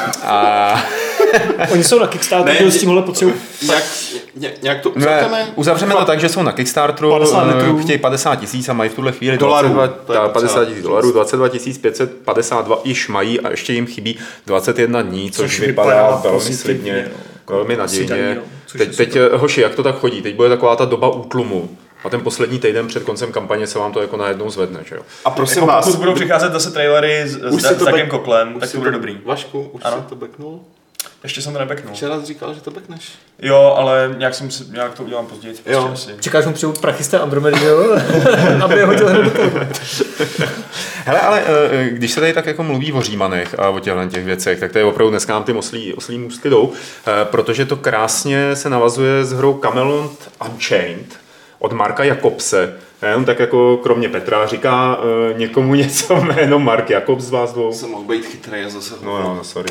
Speaker 1: Oni jsou na Kickstarteru, s tímhle potřebují.
Speaker 4: Nějak to uzavřeme?
Speaker 2: Uzavřeme to tak, že jsou na Kickstarteru, chtějí 50 000 a mají v tuhle chvíli $50 000, 22 552 již mají a ještě jim chybí 21 dní, což vypadá velmi slibně, velmi nadějně. Teď, hoši, jak to tak chodí? Teď bude taková ta doba útlumu. A ten poslední týden před koncem kampaně se vám to jako najednou zvedne, že jo?
Speaker 4: A prosím
Speaker 3: jako
Speaker 4: vás,
Speaker 3: pokud budou přicházet zase trailery s takým koklem, tak to bude dobrý.
Speaker 4: Vašku, už jsi to backnul?
Speaker 3: Ještě jsem to nebeknul.
Speaker 4: Včera jsi říkal, že to backneš.
Speaker 3: Jo, ale nějak to udělám později.
Speaker 1: Čekáš mu přijdu prachy z té Andromedy, jo? Aby je hodil hned do toho.
Speaker 2: Hele, ale když se tady tak jako mluví o Římanech a o těch věcech, tak to je opravdu dneska nám ty oslí můstky jdou, protože to krásně se navazuje s hrou Camelot Unchained od Marka Jacobse. Jenom tak jako kromě Petra říká někomu něco jméno Mark Jacobs z vás dvou.
Speaker 4: Jsem mohl být chytrý a zase.
Speaker 2: No, sorry.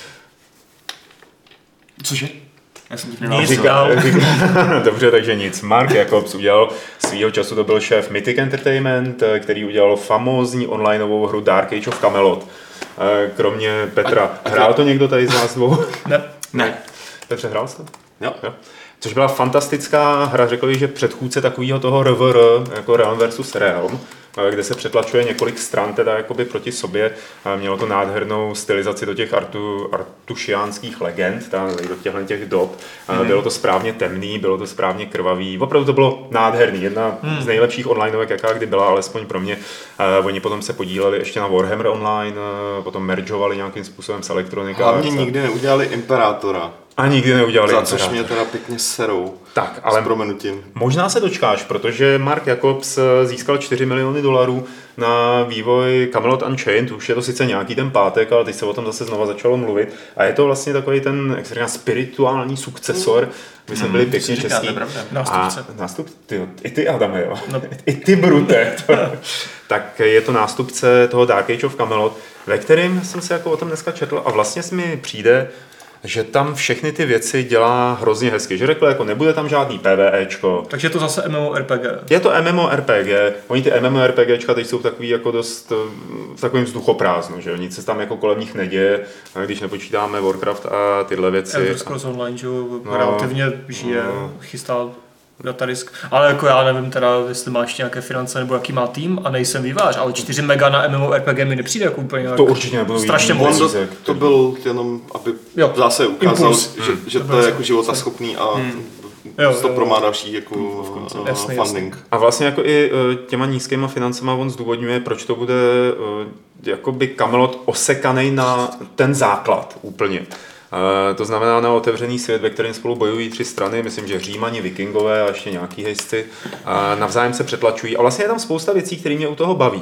Speaker 3: Cože? Já jsem ti
Speaker 2: říkal. Dobře, takže nic. Mark Jacobs udělal svýho času, to byl šéf Mythic Entertainment, který udělal famózní onlineovou hru Dark Age of Camelot. Kromě Petra. Hrál to někdo tady z vás dvou?
Speaker 3: Ne.
Speaker 2: Petře, hrál jsi to?
Speaker 4: Jo.
Speaker 2: Což byla fantastická hra, řekl bych, že předchůdce takového toho RVR, jako Realm versus Realm, kde se přetlačuje několik stran teda jakoby proti sobě. Mělo to nádhernou stylizaci do těch artušiánských legend, do těch dob. Bylo to správně temný, bylo to správně krvavý. Opravdu to bylo nádherný. Jedna z nejlepších onlineovek, jaká kdy byla, alespoň pro mě. Oni potom se podíleli ještě na Warhammer Online, potom mergeovali nějakým způsobem s Elektronika.
Speaker 4: Hlavně nikdy neudělali Imperátora.
Speaker 2: A nikdy neudělali.
Speaker 4: Za což mě teda pěkně serou.
Speaker 2: Tak, ale
Speaker 4: s prominutím.
Speaker 2: Možná se dočkáš, protože Mark Jacobs získal $4 miliony na vývoj Camelot Unchained. Už je to sice nějaký ten pátek, ale teď se o tom zase znova začalo mluvit. A je to vlastně takový ten, jak se říká, spirituální sukcesor. My jsme byli pěkně český. Nástupce. I ty, Adame, jo. No. I ty, Brute. Tak je to nástupce toho Dark Age of Camelot, ve kterém jsem se jako o tom dneska četl a vlastně mi přijde, že tam všechny ty věci dělá hrozně hezky. Že řekl, jako nebude tam žádný PvEčko.
Speaker 1: Takže je to zase MMORPG.
Speaker 2: Je to MMORPG. Oni ty MMORPGčka teď jsou takový jako dost v takovém vzduchoprázdnu, že nic se tam jako kolem nich neděje, když nepočítáme Warcraft a tyhle věci.
Speaker 1: Elder Scrolls Online, že relativně žije, chystá datadisk. Ale jako já nevím teda, jestli máš nějaké finance nebo jaký má tým a nejsem vývář, ale 4 mega na MMORPG mi nepřijde jako úplně
Speaker 2: To určitě nebylo
Speaker 1: strašně moc.
Speaker 4: To byl jenom, aby zase ukázal, že to je jako životaschopný a to pro má další jako funding.
Speaker 2: A vlastně jako i těma nízkýma financema on zdůvodňuje, proč to bude jakoby Camelot osekanej na ten základ úplně. To znamená na otevřený svět, ve kterém spolu bojují 3 strany, myslím, že Římani, Vikingové a ještě nějaký hejsci, navzájem se přetlačují. A vlastně je tam spousta věcí, které mě u toho baví.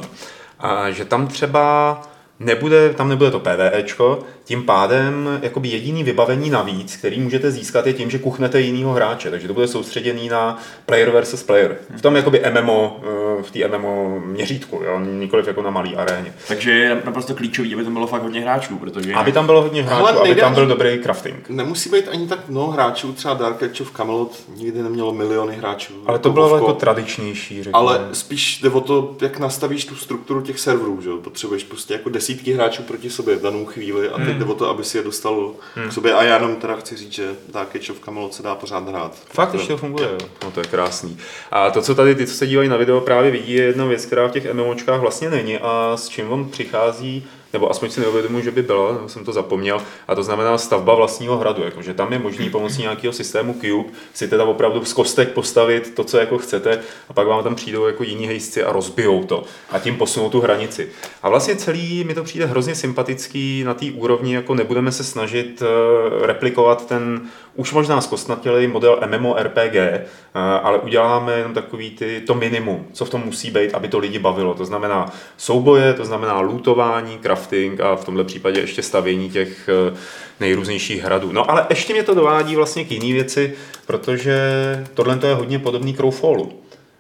Speaker 2: Že tam třeba nebude to PvEčko, tím pádem jakoby jediný vybavení navíc, který můžete získat, je tím, že kuchnete jinýho hráče, takže to bude soustředěný na player versus player. V tom jakoby MMO, v té MMO měřítku, jo? Nikoliv jako na malý aréně.
Speaker 3: Takže je naprosto klíčový, aby tam bylo fakt hodně hráčů, protože...
Speaker 2: Aby tam bylo hodně hráčů, aby tam byl dobrý crafting.
Speaker 4: Nemusí být ani tak mnoho hráčů, třeba Dark Age of Camelot nikdy nemělo miliony hráčů.
Speaker 2: Ale to bylo jako tradičnější, řekněme.
Speaker 4: Ale spíš jde o to, jak nastavíš tu strukturu těch serverů, že? Potřebuješ prostě jako desítky hráčů proti sobě v danou chvíli a teď jde o to, aby si je dostal k sobě. A já jenom teda chci říct, že Dark Age of Camelot se dá pořád hrát.
Speaker 2: Fakt ještě to funguje, jo. No to je krásný. A to, co tady ty, co se dívají na video, právě vidí, je jedna věc, která v těch MMOčkách vlastně není a s čím on přichází, nebo aspoň si neuvědomuji, že by byla, nebo jsem to zapomněl, a to znamená stavba vlastního hradu, jakože tam je možný pomocí nějakého systému Cube si teda opravdu z kostek postavit to, co jako chcete, a pak vám tam přijdou jako jiní hejsci a rozbijou to a tím posunou tu hranici. A vlastně celý mi to přijde hrozně sympatický na té úrovni, jako nebudeme se snažit replikovat ten už možná zkostnatělej model MMORPG, ale uděláme jenom takový to minimum, co v tom musí být, aby to lidi bavilo. To znamená souboje, to znamená lootování, crafting a v tomhle případě ještě stavění těch nejrůznějších hradů. No ale ještě mě to dovádí vlastně k jiný věci, protože tohle je hodně podobný Crowfallu.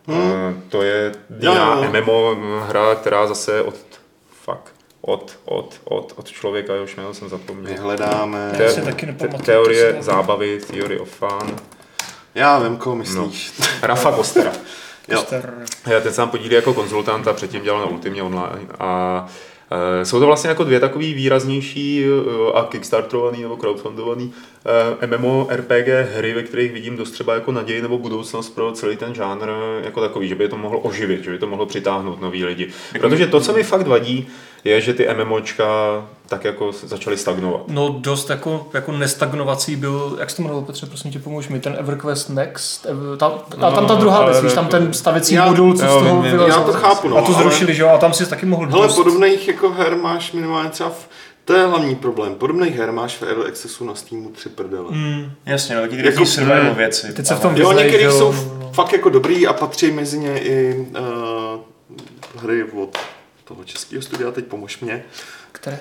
Speaker 2: To je jiná MMO hra, která zase od člověka, jehož jméno jsem zapomněl.
Speaker 4: Hledáme.
Speaker 2: Teorie zábavy, Theory of Fun.
Speaker 4: Já vím, koho myslíš.
Speaker 2: No. Rafa Kostera.
Speaker 1: Koster.
Speaker 2: Já teď sám podílí jako konzultant a předtím dělal na Ultimě online. A jsou to vlastně jako 2 takový výraznější a kickstarterovaný nebo crowdfundovaný MMORPG hry, ve kterých vidím dost třeba jako naději nebo budoucnost pro celý ten žánr jako takový, že by to mohlo oživit, že by to mohlo přitáhnout nový lidi. Protože to, co mi fakt vadí, je, že ty MMOčka tak jako začaly stagnovat.
Speaker 1: No dost jako nestagnovací byl, jak jsi to jmenoval, Petře, prosím tě, pomůž mi, ten EverQuest Next, tam ta druhá věc, víš, tam ten stavěcí modul, co z toho vylezl.
Speaker 4: Já to chápu, no.
Speaker 1: A to zrušili, že jo, a tam si taky mohl
Speaker 4: hele, podobných jako her máš minimálně třeba to je hlavní problém. Podobných her máš v Early Accessu na Steamu 3 prdele.
Speaker 3: Jasně, no, taky jako survival věci.
Speaker 1: Teď se v tom
Speaker 4: jo, některý jsou fakt jako dobrý a patří mezi ně i hry od toho českého studia, teď pomož mě.
Speaker 1: Které?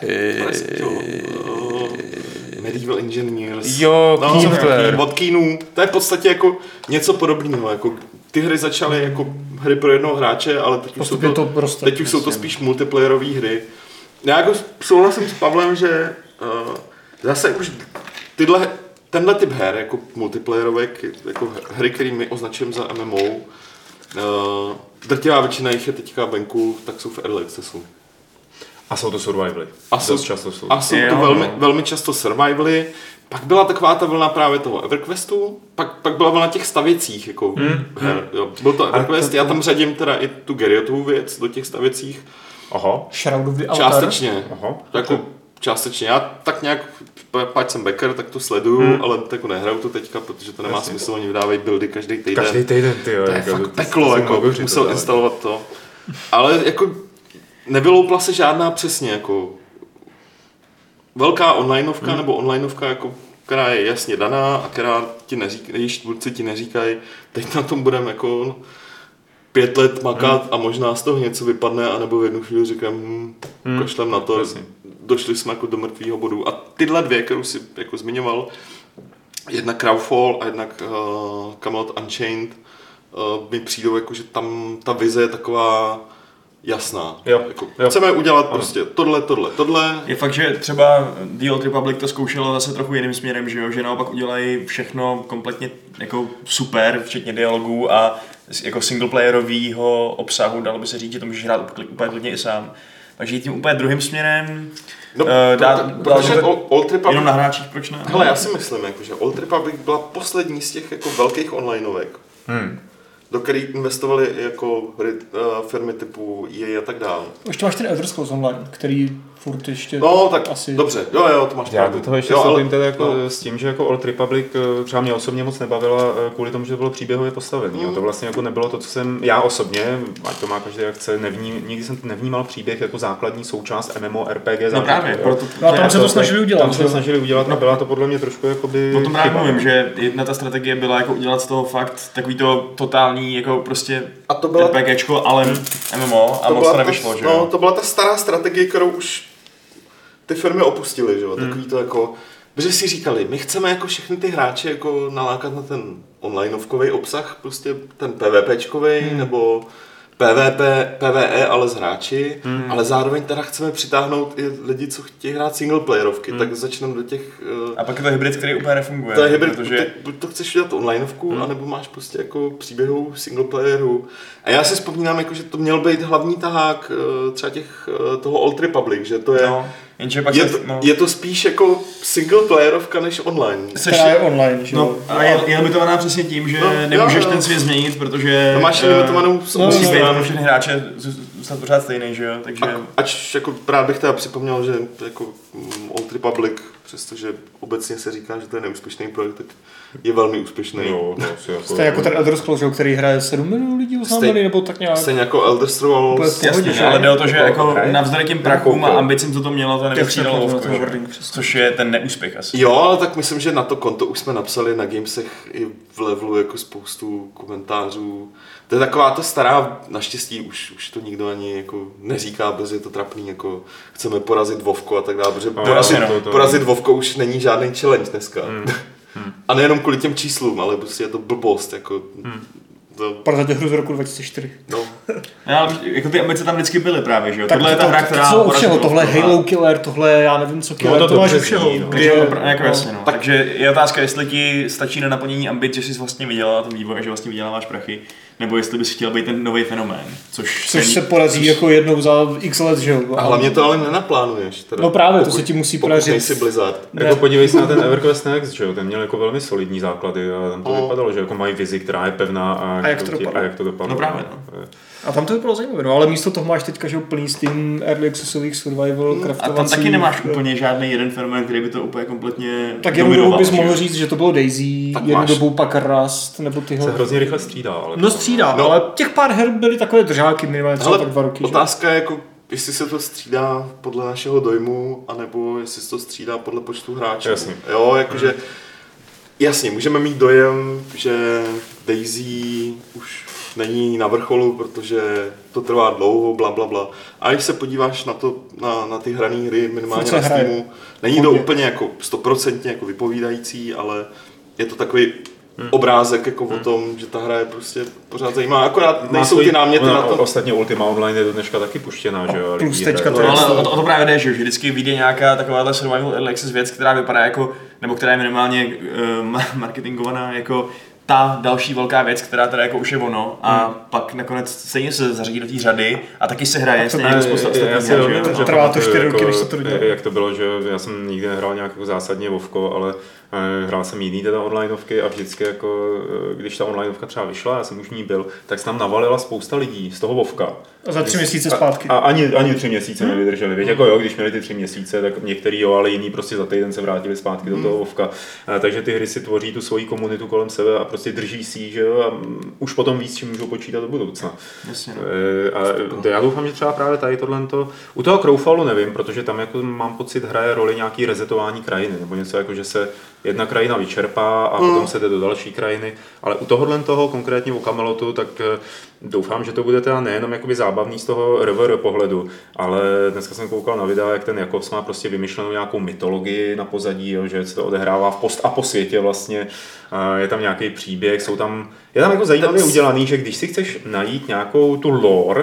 Speaker 4: Medieval Engineers.
Speaker 2: Jo,
Speaker 4: od Keenu. To je v podstatě jako něco podobného. Jako ty hry začaly jako hry pro jednoho hráče, ale teď už jsou to spíš multiplayerové hry. Já jako souhlasím s Pavlem, že zase už tenhle typ her, jako multiplayerovek, jako hry, který my označujeme za MMO, drtivá většina jich je teďka venku, tak jsou v Early Accessu.
Speaker 2: A jsou to survivaly.
Speaker 4: A jsou to velmi často survivaly. Pak byla taková ta vlna právě toho EverQuestu, pak byla vlna těch stavěcích jako her. Jo. Byl to EverQuest, já tam řadím teda i tu Geriotovu věc do těch stavěcích.
Speaker 2: Aha.
Speaker 1: Shroudový altar.
Speaker 4: Částečně.
Speaker 2: Aha.
Speaker 4: Jako, částečně. Já tak nějak, páč jsem backer, tak to sleduju, ale tak nehraju to teďka, protože to nemá smysl, oni vydávají buildy každý týden.
Speaker 2: Každý týden, tyjo.
Speaker 4: To je fakt peklo, jako musel instalovat to. Ale jako nevyloupla se žádná přesně, jako velká onlineovka nebo onlineovka, jako, která je jasně daná a která ti neříká, když tvůrci ti neříkají, teď na tom budeme jako 5 let makat a možná z toho něco vypadne, anebo v jednu chvíli říkám, kašlem na to, jasně. Došli jsme jako do mrtvého bodu. A tyhle 2, kterou si jako zmiňoval, jednak Crowfall a jednak Camelot Unchained, mi přijdou jako, že tam ta vize je taková jasná.
Speaker 2: Jo.
Speaker 4: Chceme udělat prostě tohle.
Speaker 3: Je fakt, že třeba The Old Republic to zkoušelo zase trochu jiným směrem, že naopak udělají všechno kompletně jako super, včetně dialogů a jako singleplayerovýho obsahu, dalo by se říct, že to můžeš hrát úplně klidně i sám. Takže jít tím úplně druhým směrem,
Speaker 4: protože Old Republic...
Speaker 3: Jenom na hráčích, proč ne?
Speaker 4: Hele, já si myslím, jako, že Old Republic byla poslední z těch jako velkých onlineovek, do který investovali jako firmy typu EA a tak dále.
Speaker 1: Ještě máš ten Elder Scrolls Online, který furt ještě
Speaker 4: no, tak
Speaker 1: asi...
Speaker 4: dobře, jo, to máš
Speaker 2: já do toho ještě vstoupím teda jako s tím, že jako Old Republic třeba mě osobně moc nebavila kvůli tomu, že to bylo příběhově postavený. To vlastně jako nebylo to, co jsem já osobně, ať to má každý jak chce, nikdy jsem nevnímal příběh jako základní součást MMORPG.
Speaker 3: No právě, proto...
Speaker 1: a tam se to snažili udělat.
Speaker 2: Tam se to snažili udělat a byla to podle mě trošku jakoby...
Speaker 3: O tom právě mluvím, že jedna ta strategie byla jako udělat z toho fakt takový to totální jako prostě RPGčko, ale MMO a moc to nevyšlo, že jo?
Speaker 4: No, to byla ta stará strategie, kterou už ty firmy opustily, že jo, takový to jako, protože si říkali, my chceme jako všechny ty hráče jako nalákat na ten onlineovkový obsah, prostě ten PvPčkovej, nebo PvP, PvE, ale s hráči, ale zároveň teda chceme přitáhnout i lidi, co chtějí hrát singleplayerovky, tak začneme do těch...
Speaker 3: A pak je to hybrid, který úplně nefunguje.
Speaker 4: To je hybrid, protože... buď to chceš udělat onlineovku, anebo máš prostě jako příběhovou singleplayeru. A já si vzpomínám, jako, že to měl být hlavní tahák třeba toho Old Republic, že to je...
Speaker 3: No.
Speaker 4: Je to spíš jako singleplayerovka než online.
Speaker 1: Která je online, že jo?
Speaker 3: No, a je limitovaná přesně tím, že nemůžeš ten svět změnit, protože
Speaker 4: máš limitovanou
Speaker 3: musí být pro všechny hráče zůstat pořád stejný, že jo? Takže...
Speaker 4: Ač jako právě bych teda připomněl, že jako Old Republic, přestože obecně se říká, že to je neúspěšný projekt, tak je velmi úspěšný.
Speaker 2: Jo,
Speaker 1: to je jako ten Elder Scrolls, který hraje 7 milionů lidí oznámený, nebo tak nějak.
Speaker 4: Stejně jako Elder Scrolls.
Speaker 3: Jasně, ale jde o to, že jako navzdory těm prachům a ambicím, co to mělo, to nevystřídalo lovku, což je ten neúspěch asi.
Speaker 4: Jo, ale tak myslím, že na to konto už jsme napsali na Gamesech i v levelu jako spoustu komentářů. To je taková ta stará, naštěstí už to nikdo ani jako neříká, protože je to trapný, jako chceme porazit Vovko a tak dále, protože porazit Vovko už není žádný challenge dneska. A nejenom kvůli těm číslům, ale prostě je to blbost, jako...
Speaker 1: Porazit hru z roku 2004.
Speaker 4: No.
Speaker 3: Ale jako ty ambice tam vždycky byly právě, že jo?
Speaker 1: Tak
Speaker 3: tohle je ta hra, která...
Speaker 1: To všeho, tohle Halo Killer, tohle já nevím co Killer, to máš všeho.
Speaker 3: Jako jasně, no. Takže je otázka, jestli ti stačí na naplnění ambic, že jsi vlastně vydělala ten vývoj a že vlastně vyděláváš prachy, nebo jestli bys chtěl být ten nový fenomén, což
Speaker 1: se porazí jako jednou za x let, že jo?
Speaker 4: A hlavně to ale nenaplánuješ. Teda,
Speaker 1: no právě, to se ti musí podařit.
Speaker 4: Nejsi Blizzard.
Speaker 2: Jako podívej se na ten EverQuest Next, že jo? Ten měl jako velmi solidní základy a tam to vypadalo, že jako mají vizi, která je pevná a jak to dopadlo.
Speaker 3: No právě, no.
Speaker 1: A tam to vypadalo zajímavé, no, ale místo toho máš teďka, že plný Steam Early Accessových survival, craftovací.
Speaker 3: A tam taky nemáš úplně žádný jeden fenomén, který by to úplně kompletně
Speaker 1: tak jednou dobu bys mohl říct, že to bylo Daisy, jednou dobu pak Rust, nebo tyhle.
Speaker 2: Se hrozně rychle střídá, ale...
Speaker 1: No střídá, ale těch pár her byly takové držáky, minimálně třeba tak 2 roky.
Speaker 4: Otázka je jako, jestli se to střídá podle našeho dojmu, anebo jestli se to střídá podle počtu hráčů.
Speaker 2: Jasně.
Speaker 4: Jo, jakože... Jasně, můžeme mít dojem, že Daisy už není na vrcholu, protože to trvá dlouho, bla, bla, bla. A když se podíváš na to, na ty hrané hry, minimálně na Steamu, není to úplně jako 100% jako vypovídající, ale je to takový obrázek jako o tom, že ta hra je prostě pořád zajímavá. Akorát nejsou ty náměty na to.
Speaker 2: Ostatně Ultima Online je do dneška taky puštěná, že jo?
Speaker 1: Plus teďka
Speaker 3: to, ale o to právě jde, že vždycky vyjde nějaká takováhle survival early access věc, která vypadá jako, nebo která je minimálně marketingovaná jako ta další velká věc, která teda jako už je ono a pak nakonec stejně se zařadí do té řady a taky se hraje stejně jako spousta ostatních.
Speaker 1: Trvá to 4 roky, než se to dělá.
Speaker 2: Jak to bylo, že já jsem nikdy nehrál nějak jako zásadně Vovko, ale hrál jsem jiný teda onlineovky a vždycky jako, když ta onlineovka třeba vyšla, já jsem už ní byl, tak se tam navalila spousta lidí z toho Vovka.
Speaker 1: A za 3 měsíce zpátky.
Speaker 2: A ani 3 měsíce nevydrželi, víš, jako jo, když měli ty 3 měsíce, tak některý jo, ale jiný prostě za týden se vrátili zpátky do toho Vovka. Takže ty hry si tvoří tu svoji komunitu kolem sebe a prostě drží si, že jo, a už potom víc, čím můžou počítat do budoucna.
Speaker 3: Jasně, no.
Speaker 2: A já doufám, že třeba právě tady tohle u toho Crowfallu nevím, protože tam jako mám pocit hraje roli nějaký resetování krajiny, nebo něco jako, že se jedna krajina vyčerpá a potom se jde do další krajiny, ale u toho konkrétně u Camelotu, tak doufám, že to bude teda nejenom jakoby zábavný z toho RVR pohledu, ale dneska jsem koukal na videa, jak ten Jakobs má prostě vymyšlenou nějakou mytologii na pozadí, jo, že se to odehrává v post a po světě vlastně, je tam nějaký příběh, je tam jako zajímavě udělaný, že když si chceš najít nějakou tu lore,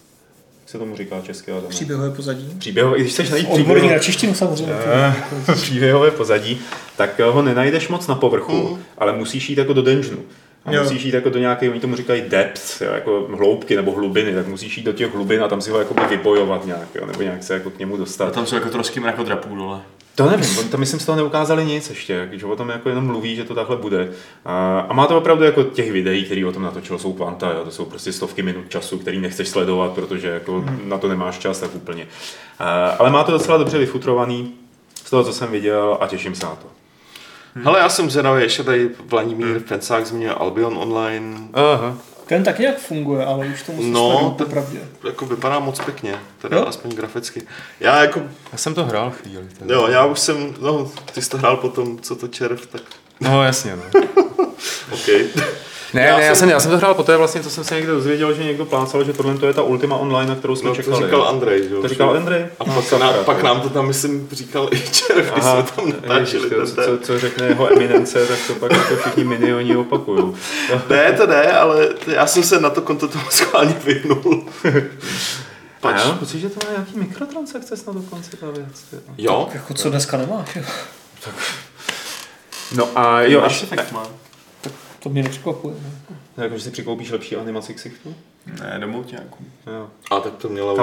Speaker 2: se tomu říká česky, ale
Speaker 1: příběhové pozadí.
Speaker 2: Když chceš najít
Speaker 1: odborný na češtinu samozřejmě.
Speaker 2: Příběhové pozadí, tak ho nenajdeš moc na povrchu, ale musíš jít jako do dungeonu. A musíš jít jako do nějaké, oni tomu říkají depth, jo, jako hloubky nebo hlubiny, tak musíš jít do těch hlubin a tam si ho jako vybojovat nějak, jo, nebo nějak se jako k němu dostat.
Speaker 3: A tam jsou jako trosky mrakodrapů dole.
Speaker 2: To nevím, to myslím z toho neukázali nic ještě, že o tom jako jenom mluví, že to takhle bude. A má to opravdu jako těch videí, které o tom natočilo, jsou kvanta, jo? To jsou prostě stovky minut času, který nechceš sledovat, protože jako na to nemáš čas tak úplně. Ale má to docela dobře vyfutrovaný z toho, co jsem viděl a těším se na to.
Speaker 4: Hele, já jsem zvědavý, ještě tady Vladimír Fencák zmínil Albion Online.
Speaker 2: Aha.
Speaker 1: Ten tak nějak funguje, ale už to musíš sledovat popravdě.
Speaker 4: Jako vypadá moc pěkně, teda aspoň graficky. Já
Speaker 2: jsem to hrál chvíli. Teda.
Speaker 4: Jo, já už jsem, ty jsi to hrál potom, co to červ, tak...
Speaker 2: No jasně, no.
Speaker 4: Okay.
Speaker 2: Já jsem to hrál poté vlastně, co jsem se někde dozvěděl, že někdo plácal, že tohle je ta Ultima Online, na kterou jsme čekali.
Speaker 4: To říkal Andrej, jo?
Speaker 2: To říkal Andrej?
Speaker 4: A pak nám to tam, myslím, říkal i červ, když jsme tam natáčeli.
Speaker 2: Co řekne jeho eminence, tak to pak jako všichni minioni opakujou.
Speaker 4: Ne, ale já jsem se na to konto tomu schválně vyhnul.
Speaker 2: A já mám pocit, že to má nějaký mikrotransakce snad dokonce ta věc.
Speaker 4: Jo?
Speaker 1: Tak jako co dneska nemáš, jo?
Speaker 2: Tak. No a jo,
Speaker 3: až efekt má.
Speaker 1: Tak to mě nepřekvapuje.
Speaker 2: Jako, že si přikoupíš lepší animaci ksichtu?
Speaker 3: Ne, do multiáku.
Speaker 2: Jo.
Speaker 4: A tak to měla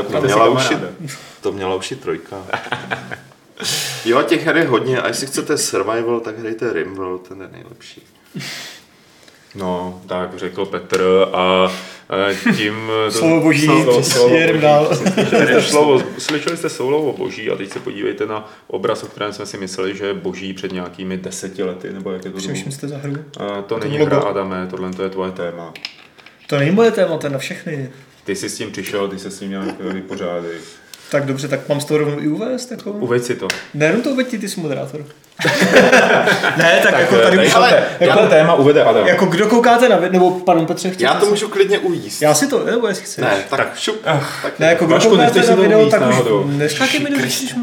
Speaker 4: to měla už i trojka. Jo, těch her je hodně a jestli chcete survival, tak hrajte Rimworld, ten je nejlepší.
Speaker 2: No, tak řekl Petr a tím...
Speaker 1: Slovo boží, směrem dál.
Speaker 2: Slyšeli jste slovo boží a teď se podívejte na obraz, o kterém jsme si mysleli, že je boží před nějakými 10 lety, nebo jak je to dlouho.
Speaker 1: Přemýšlím jste za hru.
Speaker 2: To není hra, Adame, tohle to je tvoje téma.
Speaker 1: To není moje téma, to je na všechny.
Speaker 2: Ty jsi s tím přišel, ty se s tím nějak vypořádej.
Speaker 1: Tak dobře, tak mám z toho rovnou i uvést? Jako?
Speaker 2: Uveď si to.
Speaker 1: Ne, jenom to uveď ty jsi moderátor. Ne, tak jako tady
Speaker 2: už jako téma uvede Adam.
Speaker 1: Jako kdo koukáte na nebo pardon Petře, chtěl.
Speaker 4: Já to můžu klidně uvíct.
Speaker 1: Já si to, nebo jestli chceš.
Speaker 4: Ne, tak šup.
Speaker 1: Ne, jako kdo koukáte na video, tak už neskákej mi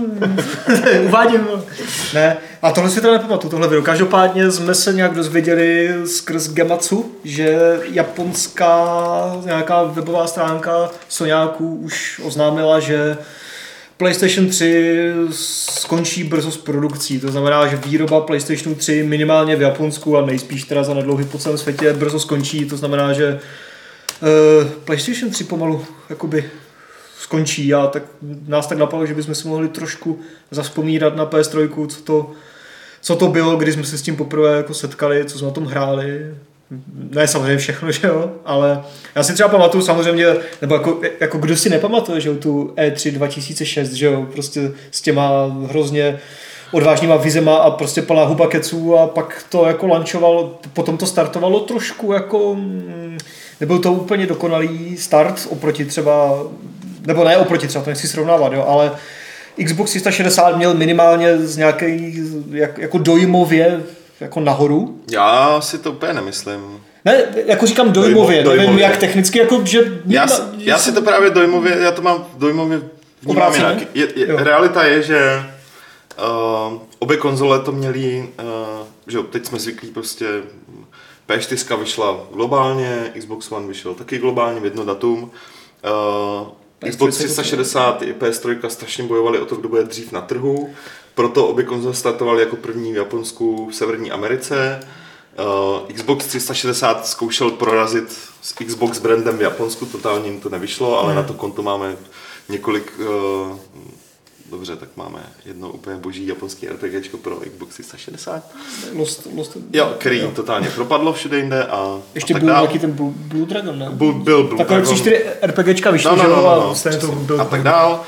Speaker 1: uvádím. Ne, a tohle si teda nepamatuju, tohle video. Každopádně jsme se nějak dozvěděli skrz Gematsu, že japonská nějaká webová stránka Soňáků už oznámila, že PlayStation 3 skončí brzo s produkcí, to znamená, že výroba PlayStation 3 minimálně v Japonsku a nejspíš teda za nedlouho po celém světě brzo skončí, to znamená, že PlayStation 3 pomalu jakoby skončí a tak nás tak napadlo, že bychom si mohli trošku zavzpomínat na PS3, co to bylo, když jsme se s tím poprvé jako setkali, co jsme na tom hráli. Ne samozřejmě všechno, že jo, ale já si třeba pamatuju samozřejmě, nebo jako kdo si nepamatuje, že jo, tu E3 2006, že jo, prostě s těma hrozně odvážnýma vizema a prostě plná huba keců a pak to jako lančoval, potom to startovalo trošku jako, nebyl to úplně dokonalý start oproti třeba, nebo ne oproti třeba, to nechci srovnávat, jo, ale Xbox 360 měl minimálně z nějaký, jako dojmově, jako nahoru.
Speaker 4: Já si to úplně nemyslím.
Speaker 1: Ne, jako říkám dojmově, nevím jak technicky, jako že...
Speaker 4: Já si to právě dojmově, já to mám dojmově vnímám jinak. Realita je, že obě konzole to měly, že teď jsme zvyklí prostě, P4 vyšla globálně, Xbox One vyšel taky globálně v jedno datum. Xbox 360 i PS3 strašně bojovali o to, kdo bude dřív na trhu. Proto obě konzole startovaly jako první v Japonsku, v Severní Americe. Xbox 360 zkoušel prorazit s Xbox brandem v Japonsku, totálně jim to nevyšlo, ale na to konto máme několik... Dobře, tak máme jedno úplně boží japonský RPGčko pro Xbox 360. Jo, který totálně propadlo všude jinde a
Speaker 1: ještě
Speaker 4: a
Speaker 1: byl nějaký ten Blue Dragon, ne?
Speaker 4: Byl Blue
Speaker 1: takové
Speaker 4: Dragon.
Speaker 1: 3-4 RPGčka vyšly,
Speaker 4: no,
Speaker 1: to byl...
Speaker 4: A tak dál.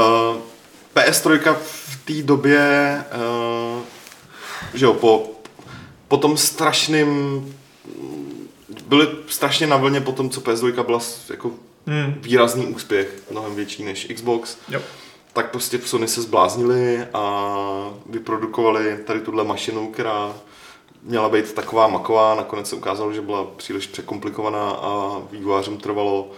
Speaker 4: PS3 v té době, že jo, po tom strašným, byli strašně na vlně po tom, co PS2 byla jako výrazný úspěch, mnohem větší než Xbox.
Speaker 1: Jo.
Speaker 4: Tak prostě v Sony se zbláznili a vyprodukovali tady tuhle mašinu, která měla být taková maková, nakonec se ukázalo, že byla příliš překomplikovaná a vývojářům trvalo.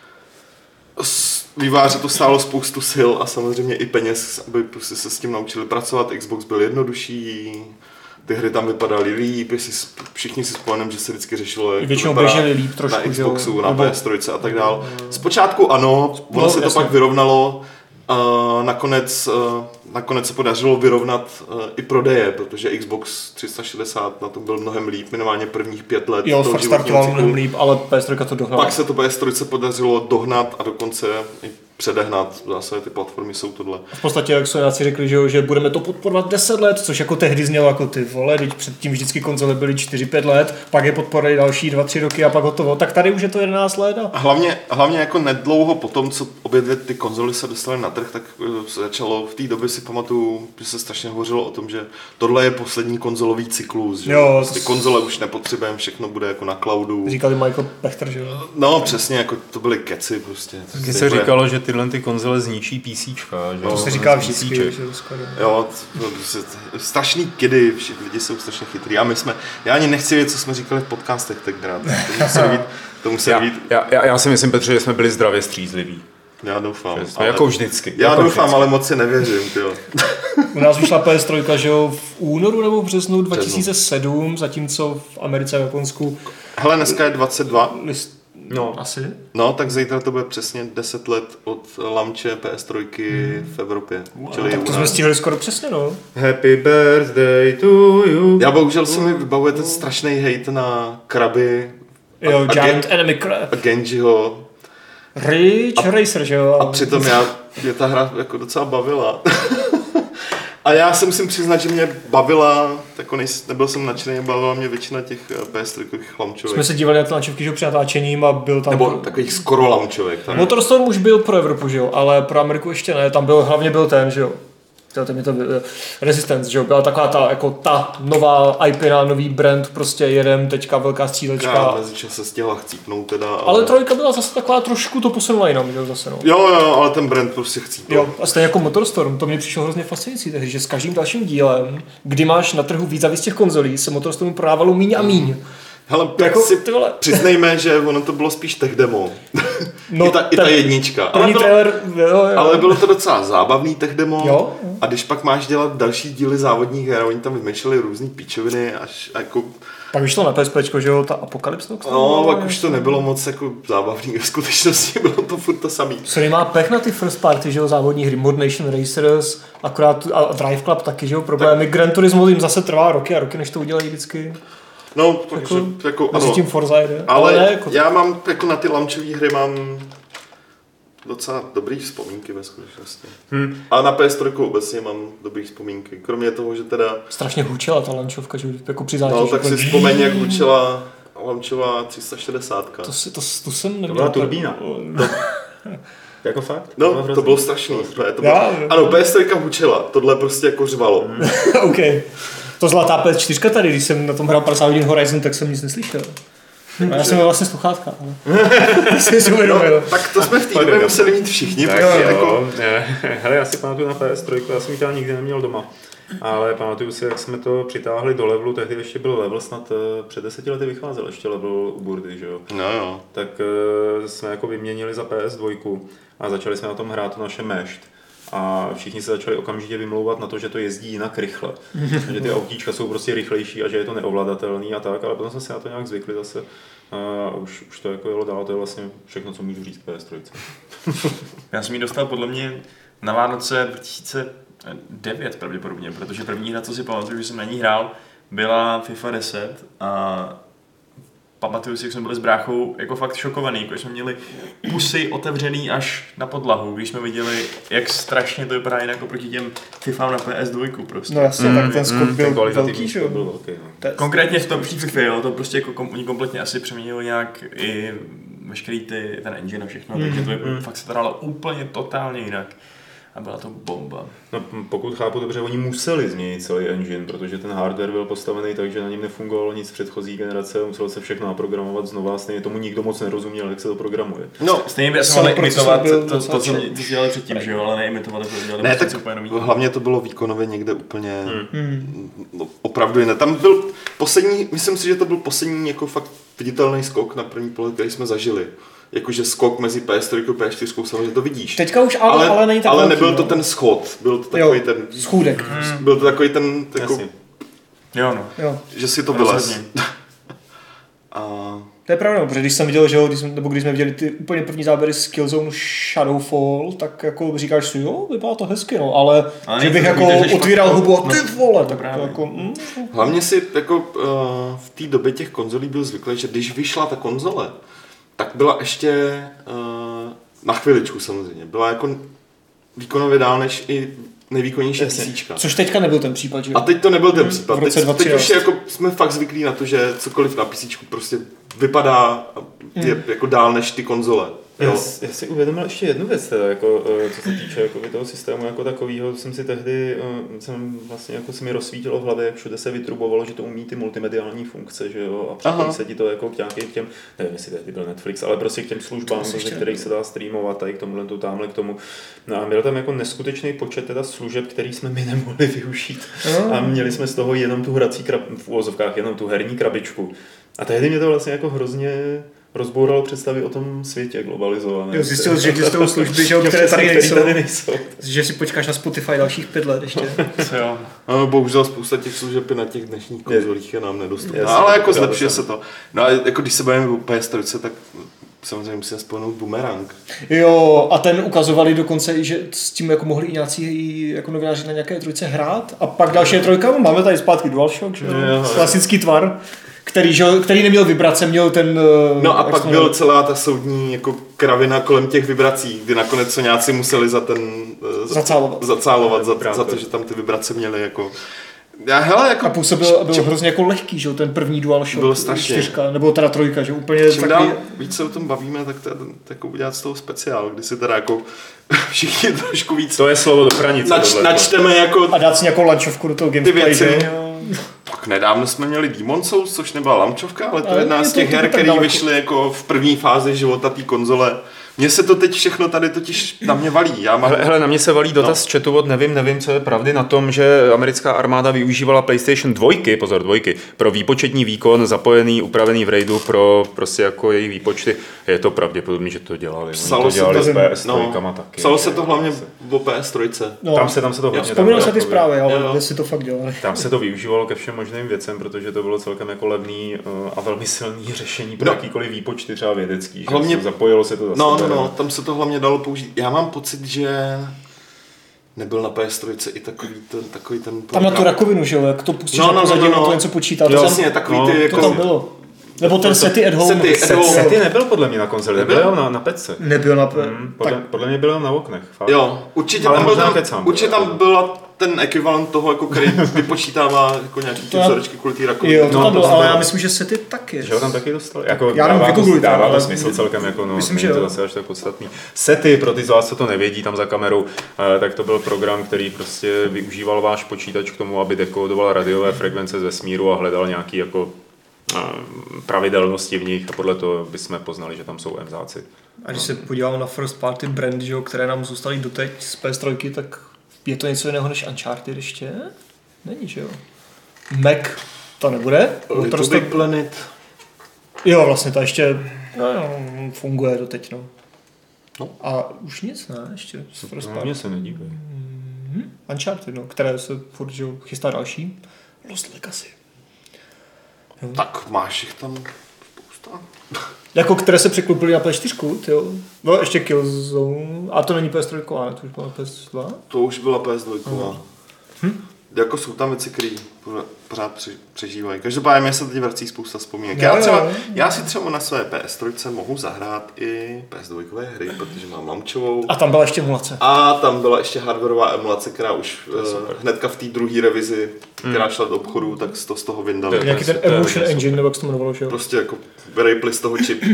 Speaker 4: Vývojáři to stálo spoustu sil a samozřejmě i peněz, aby prostě se s tím naučili pracovat. Xbox byl jednodušší, ty hry tam vypadaly líp, všichni si spojeneme, že se vždycky řešilo, jak
Speaker 1: většinou běžely líp trošku,
Speaker 4: na Xboxu, na PS3 a tak dál. Zpočátku ano, ono se to pak vyrovnalo. Nakonec se podařilo vyrovnat i prodeje, protože Xbox 360 na tom byl mnohem líp, minimálně prvních 5 let.
Speaker 1: Jo, fakt startoval mnohem líp, ale PS3 to dohnala.
Speaker 4: Pak se to PS3 podařilo dohnat a dokonce předehnat. Zase ty platformy jsou tohle.
Speaker 1: V podstatě, jak Soňáci řekli, že budeme to podporovat 10 let, což jako tehdy znělo jako ty vole, teď předtím vždycky konzole byly 4-5 let, pak je podporovali další 2-3 roky a pak hotovo. Tak tady už je to 11 let.
Speaker 4: A hlavně jako nedlouho potom, co obě dvě ty konzoly se dostaly na trh, tak začalo v té době si pamatuju, že se strašně hovořilo o tom, že tohle je poslední konzolový cyklus, že
Speaker 1: jo,
Speaker 4: ty konzole už nepotřebujeme, všechno bude jako na cloudu.
Speaker 1: Říkali Michael Pachter, že jo?
Speaker 4: No přesně, jako to byly keci prostě.
Speaker 2: Taky se říkalo, že tyhle ty konzole zničí PCčka, že?
Speaker 1: To se říká vždycky, že to skoro.
Speaker 4: Jo, strašný kidy, lidi jsou strašně chytrý a já ani nechci vědět, co jsme říkali v podcastech tenkrát. To musí být.
Speaker 2: Já si myslím, Petře, že jsme byli zdravě střízliví.
Speaker 4: Já doufám.
Speaker 2: Ale, jako vždycky.
Speaker 4: Já doufám, ale moc si nevěřím, tyjo.
Speaker 1: U nás vyšla PS3, že jo, v únoru nebo v březnu 2007, zatímco v Americe a Japonsku.
Speaker 4: Hele, dneska je 22.
Speaker 1: No, asi.
Speaker 4: No, tak zítra to bude přesně 10 let od launche PS3 v Evropě.
Speaker 1: Wow, tak to jsme stihli skoro přesně, no.
Speaker 2: Happy birthday to you.
Speaker 4: Já bohužel si mi vybavuje ten strašný hate na kraby.
Speaker 1: Jo, Giant Enemy Crab.
Speaker 4: A Genjiho.
Speaker 1: Ridge Racer, že jo.
Speaker 4: A přitom mě ta hra jako docela bavila. A já se musím přiznat, že mě bavila, jako nebyl jsem nadšený, bavila mě většina těch PS3 launchovek.
Speaker 1: Jsme se dívali na ty launchovky, že před natáčením a byl tam...
Speaker 4: Nebo takových skoro launchovek.
Speaker 1: Motorstorm už byl pro Evropu, že jo, ale pro Ameriku ještě ne, tam hlavně byl ten, že jo. Resistance, že jo, byla taková ta nová IP na nový brand, prostě jedem, teďka velká střílečka.
Speaker 4: Já mezičas se stěla chcípnout teda.
Speaker 1: Ale trojka byla zase taková trošku to posunula jinam, že jo, zase no.
Speaker 4: Jo, ale ten brand prostě chcípnul.
Speaker 1: Jo, a stejně jako Motorstorm, to mě přišlo hrozně fascinující tehdy, že s každým dalším dílem, kdy máš na trhu víc a víc těch konzolí, se Motorstormu prodávalo míň a míň.
Speaker 4: Hele, jako, si přiznejme, že ono to bylo spíš tech demo. No, I ta jednička. Ale bylo to docela zábavný tech demo.
Speaker 1: Jo.
Speaker 4: A když pak máš dělat další díly závodních her, oni tam vymýšleli různý píčoviny až jako...
Speaker 1: Pak vyšlo na PSPčko, že jo, ta Apocalypse.
Speaker 4: No, pak už to nebylo moc jako zábavný v skutečnosti, bylo to furt to samý.
Speaker 1: Sony má pech na ty first party, že jo, závodní hry, Mod Nation Racers, akorát a Drive Club taky, že jo, problémy. Gran Turismo jim zase trvá roky a roky, než to udělají vždycky.
Speaker 4: No, jako
Speaker 1: ano. Tím Forza jde.
Speaker 4: Ale ne, jako... já mám, jako na ty launchové hry mám docela dobrý vzpomínky ve skutečnosti. A na PS3 obecně mám dobrý vzpomínky. Kromě toho, že teda...
Speaker 1: Strašně hučela ta launchovka, že jako při zátěži.
Speaker 4: No, tak si vzpomeň, jak hučela launchová 360.
Speaker 1: To jsem neměl.
Speaker 2: To byla turbína. Jako fakt?
Speaker 4: No, to bylo strašný. Ano, PS3 hučela, tohle prostě jako řvalo.
Speaker 1: OK. To zlatá PS4 tady, když jsem na tom hrál 50 hodin Horizon, tak jsem nic neslyšel. Já jsem vlastně sluchátka.
Speaker 2: No,
Speaker 4: tak to jsme v té době museli mít všichni.
Speaker 2: Tak jo. Hele, já si pamatuju na PS3, já jsem ji teda nikdy neměl doma. Ale pamatuju si, jak jsme to přitáhli do levelu, tehdy ještě byl level, snad před 10 lety vycházel ještě level u Burdy, že jo?
Speaker 4: No.
Speaker 2: Tak jsme jako vyměnili za PS2 a začali jsme na tom hrát to naše mešt. A všichni se začali okamžitě vymlouvat na to, že to jezdí jinak rychle. Že ty autíčka jsou prostě rychlejší a že je to neovladatelný a tak, ale potom jsme si na to nějak zvykli zase. A už to jako jelo dál, to je vlastně všechno, co můžu říct PS3.
Speaker 3: Já jsem ji dostal podle mě na Vánoce 2009 pravděpodobně, protože první hra, co si pamatuju, že jsem na ní hrál, byla FIFA 10 a pamatuju si, jak jsme byli s bráchou jako fakt šokovaný, když jsme měli pusy otevřený až na podlahu, když jsme viděli, jak strašně to vypadá jinak oproti těm FIFAm na PS2 prostě.
Speaker 1: No jasně, tak ten skok byl velký, že jo?
Speaker 3: Konkrétně v tom FIFA, jo, to prostě jako oni kompletně asi přeměnili nějak i veškerý ten engine a všechno, takže to je fakt se to dalo úplně totálně jinak. A byla to bomba.
Speaker 2: No, pokud chápu dobře, oni museli změnit celý engine, protože ten hardware byl postavený tak, že na něm nefungovalo nic z předchozí generace, muselo se všechno naprogramovat znova, stejně tomu nikdo moc nerozuměl, jak se to programuje.
Speaker 3: No, stejně by se mohli imitovat to, co dělali předtím, že jo, ale neimitovat to, co dělali
Speaker 4: ne, tak úplně nový. Hlavně to bylo výkonově někde úplně opravdu jiné. Tam byl poslední, myslím si, že to byl poslední jako fakt viditelný skok na první pohled, který jsme zažili. Jakože skok mezi PS3 a PS4, samozřejmě to vidíš.
Speaker 1: Teďka už ale není tak
Speaker 4: ale
Speaker 1: velký,
Speaker 4: nebyl to ten schod, byl to takový ten...
Speaker 1: Schůdek.
Speaker 4: Byl to takový ten... Jako,
Speaker 3: jo.
Speaker 4: Že si to vylez.
Speaker 1: To je pravda, protože když jsem viděl, že když jsme viděli ty úplně první záběry z Killzone Shadowfall, tak jako říkáš si, jo, vypadá to hezky, no, ale že bych jako otvíral hubu a ty vole, tak jako...
Speaker 4: Hlavně si jako v té době těch konzolí byl zvyklý, že když vyšla ta konzole, tak byla ještě Na chviličku samozřejmě. Byla jako výkonově dál než i nejvýkonnější PCčka.
Speaker 1: Což teďka nebyl ten případ, že?
Speaker 4: A teď to nebyl ten případ. Teď už jako jsme fakt zvyklí na to, že cokoliv na PCčku prostě vypadá a je jako dál než ty konzole.
Speaker 2: Já si uvědomil ještě jednu věc, teda, jako, co se týče jako, toho systému jako takového, jsem si tehdy, vlastně jako se mi rozsvítilo v hlavě, jak všude se vytrubovalo, že to umí ty multimediální funkce, že jo, a připojí se ti to jako k nějakým těm, nevím, jestli tehdy byl Netflix, ale prostě k těm službám, ze kterých se dá streamovat, a i k tomuhle, tamhle k tomu. No a byl tam jako neskutečný počet teda služeb, který jsme my nemohli využít. A měli jsme z toho jenom tu hrací v uvozovkách, jenom tu herní krabičku. A tehdy mě to vlastně jako hrozně rozbouralo představy o tom světě globalizovaném.
Speaker 1: Jo, zjistil, že existují služby, že které tady nejsou. Že si počkáš na Spotify dalších 5 let ještě.
Speaker 3: Jo.
Speaker 4: No, bohužel spousta těch služeb na těch dnešních konzolích je nám nedostupná. Ale jako zlepšuje se to. No a jako když se bavíme o PS3, tak samozřejmě musíme spomenout Boomerang.
Speaker 1: Jo, a ten ukazovali dokonce, že s tím jako mohli i nějací jako novináři na nějaké trojce hrát. A pak další trojka, máme tady zpátky DualShock, že jo? Klasický tvar. Který neměl vibrace, měl ten...
Speaker 4: No a pak byl celá ta soudní jako kravina kolem těch vibrací, kdy nakonec soňáci museli za ten... Zacálovat za to, že tam ty vibrace měly jako...
Speaker 1: A byl hrozně jako lehký, že ten první DualShock.
Speaker 4: Byl strašně.
Speaker 1: 4, nebo teda 3, že úplně
Speaker 4: čím takový... dál víc se o tom bavíme, tak to je jako udělat z toho speciál, kdy si teda jako všichni trošku víc...
Speaker 2: To je slovo do hranice.
Speaker 4: Načteme jako...
Speaker 1: A dát si nějakou lančovku do toho gameplay, že?
Speaker 4: Tak nedávno jsme měli Demon's Souls, což nebyla lamčovka, ale to je jedna z těch her, které vyšly jako v první fázi života té konzole. Mně se to teď všechno tady totiž na mě valí.
Speaker 2: Hele, na mě se valí dotaz z chatu od nevím, co je pravdy na tom, že americká armáda využívala PlayStation 2, pro výpočetní výkon zapojený, upravený v RAIDu pro prostě jako jejich výpočty. Je to pravděpodobně, že to dělali. Oni to dělali s PS3 taky.
Speaker 4: Psalo se to hlavně o PS3.
Speaker 2: No, tam se to hodně dalo.
Speaker 1: Vzpomínal se ty zprávy, ale jestli to fakt dělali.
Speaker 2: Tam se to využívalo ke všem možným věcem, protože to bylo celkem jako levný a velmi silný řešení pro jakýkoliv výpočty, třeba vědecký. Hlavně zapojilo se to zase.
Speaker 4: No, tam se to hlavně dalo použít. Já mám pocit, že nebyl na PS3 i takový ten
Speaker 1: tam na tu rakovinu, že jo, jak to pustíš na pozadí, to něco počítá.
Speaker 4: Jo, vlastně, takový ty jako...
Speaker 1: To tam bylo. Nebo ten SETI at Home.
Speaker 2: SETI nebyl podle mě na konzoli, nebyl na PC.
Speaker 1: Nebyl na PC.
Speaker 2: Podle mě byl na oknech. Fakt.
Speaker 4: Jo, určitě tam byla ten ekvivalent toho, jako, který vypočítává jako nějaký ty vzorečky kvůli té rakovině.
Speaker 1: Jo, to tam bylo, ale já myslím, že SETI taky.
Speaker 2: Že ho tam taky dostali. Jako dává to smysl celkem, jako
Speaker 1: myslím, že
Speaker 2: to zase až tak podstatný. SETI, pro ty z vás, co to nevědí, tam za kamerou, tak to byl program, který prostě využíval váš počítač k tomu, aby dekódoval radiové frekvence z vesmíru a hledal nějaký jako pravidelnosti v nich a podle toho bychom poznali, že tam jsou emzáci.
Speaker 1: A když se podíváme na first party brandy, že, které nám zůstaly doteď z PS3, tak je to něco jiného než Uncharted ještě? Není, že jo? Mac to nebude?
Speaker 4: Little Big Planet.
Speaker 1: Jo, vlastně to ještě funguje doteď, no. A už nic, ne? Ještě z first party.
Speaker 2: Mně se nedívej.
Speaker 1: Uncharted, no, které se furt, že chystá další. Lost Legacy.
Speaker 4: Tak máš jich tam spousta.
Speaker 1: Jako které se překlopily na PS4, jo. No ještě Killzone. A to není PS3, ne? To už byla PS2?
Speaker 4: To už byla PS2. Jako jsou tam věci, které pořád přežívají. Každopádně mě se teď vrací spousta vzpomínek. Já si třeba na své PS3 mohu zahrát i PS2 hry, protože mám lamčovou.
Speaker 1: A tam byla ještě emulace.
Speaker 4: A tam byla ještě hardwareová emulace, která už hnedka v té druhé revizi, která šla do obchodu, tak z toho vyndali.
Speaker 1: Nějaký ten Evolution Engine, nebo jak se to jmenovalo, že jo?
Speaker 4: Prostě jako Rayplay z toho čip.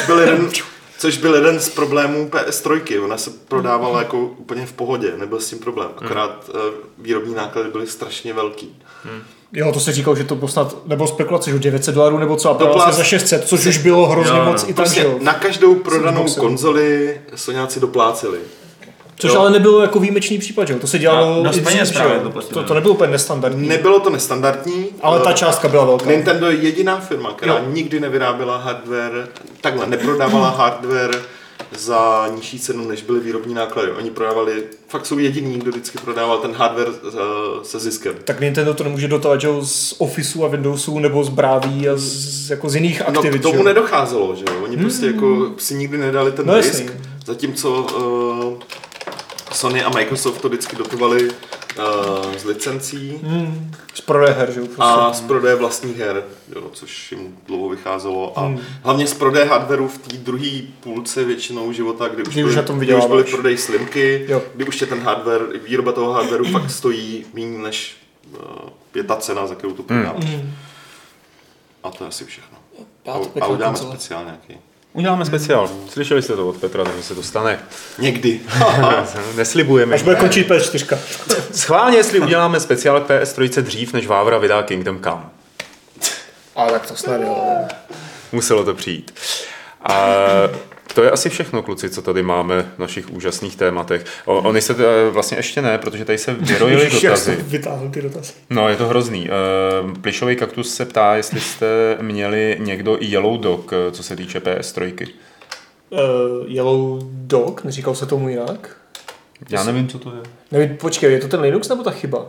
Speaker 4: Což byl jeden z problémů PS3. Ona se prodávala jako úplně v pohodě, nebyl s tím problém. Akorát výrobní náklady byly strašně velký.
Speaker 1: Jo, to se říkalo, že to bylo snad, nebo spekulace, že $900 nebo co, a to vlastně za 600, což už bylo hrozně moc i tam,
Speaker 4: prostě na každou prodanou konzoli soňáci dopláceli.
Speaker 1: Což ale nebylo jako výjimečný případ, že jo? To se dělalo
Speaker 3: na Spaně
Speaker 1: to nebylo úplně nestandardní.
Speaker 4: Nebylo to nestandardní,
Speaker 1: ale ta částka byla velká.
Speaker 4: Nintendo je jediná firma, která nikdy nevyráběla hardware, neprodávala hardware za nižší cenu, než byly výrobní náklady. Oni prodávali, fakt jsou jediný, kdo vždycky prodával ten hardware se ziskem.
Speaker 1: Tak Nintendo to nemůže dotovat, že z Officeu a Windowsů nebo z Braví a jako z jiných aktivit.
Speaker 4: No k tomu nedocházelo, že jo? Oni prostě jako si nikdy nedali ten disk, zatímco Sony a Microsoft to vždycky dotovali z licencí
Speaker 1: Z prodeje her, že jo? Prostě.
Speaker 4: a z prodeje vlastních her, jo, což jim dlouho vycházelo. A hlavně z prodeje hardwareu v té druhé půlce většinou života, kdy už byly prodej slimky, kdy už je ten hardware, výroba toho hardwareu fakt stojí méně než je ta cena, za kterou to prodáváš. A to je asi všechno. A uděláme speciál nějaký.
Speaker 2: Uděláme speciál. Slyšeli jste to od Petra, takže se to stane.
Speaker 4: Někdy.
Speaker 2: Neslibujeme.
Speaker 1: Až bude končit PS4.
Speaker 2: Schválně, jestli uděláme speciál k PS3 dřív, než Vávra vydá Kingdom Come.
Speaker 1: A tak to snad jo.
Speaker 2: Muselo to přijít. A to je asi všechno, kluci, co tady máme v našich úžasných tématech. Oni se vlastně ještě ne, protože tady se vyrojily dotazy.
Speaker 1: Vytáhl ty dotazy.
Speaker 2: No, je to hrozný. Plišový kaktus se ptá, jestli jste měli někdo i Yellow Dog, co se týče PS3.
Speaker 1: Yellow Dog, neříkal se tomu jinak?
Speaker 2: Já nevím, co to je.
Speaker 1: Nevím, počkej, je to ten Linux nebo ta chyba?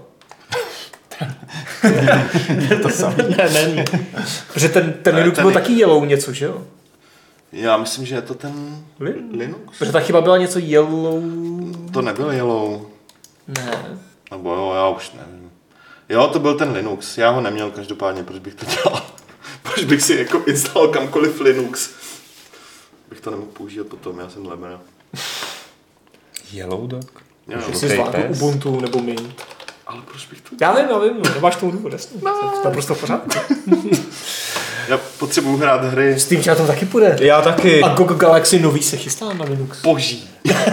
Speaker 3: Je to samé.
Speaker 1: Ne. Protože ten Linux byl taky Yellow něco, že jo?
Speaker 4: Já myslím, že je to ten Linux.
Speaker 1: Protože ta chyba byla něco Yellow...
Speaker 4: To nebyl Yellow.
Speaker 1: Ne.
Speaker 4: Nebo jo, já už nevím. Jo, to byl ten Linux. Já ho neměl každopádně, proč bych to dělal? Proč bych si jako instaloval kamkoliv Linux? Bych to nemohl používat potom, já jsem lemena.
Speaker 2: Yellow Dog?
Speaker 1: Jsi zvládl Ubuntu nebo Mint.
Speaker 4: Ale proč bych to...
Speaker 1: Já nevím, nemáš tomu důvod, jasný. To je prostě v pořádku.
Speaker 4: Já potřebuji hrát hry.
Speaker 1: S tím to taky půjde.
Speaker 2: Já taky.
Speaker 1: A GOG Galaxy nový se chystá na Linux.
Speaker 4: Boží.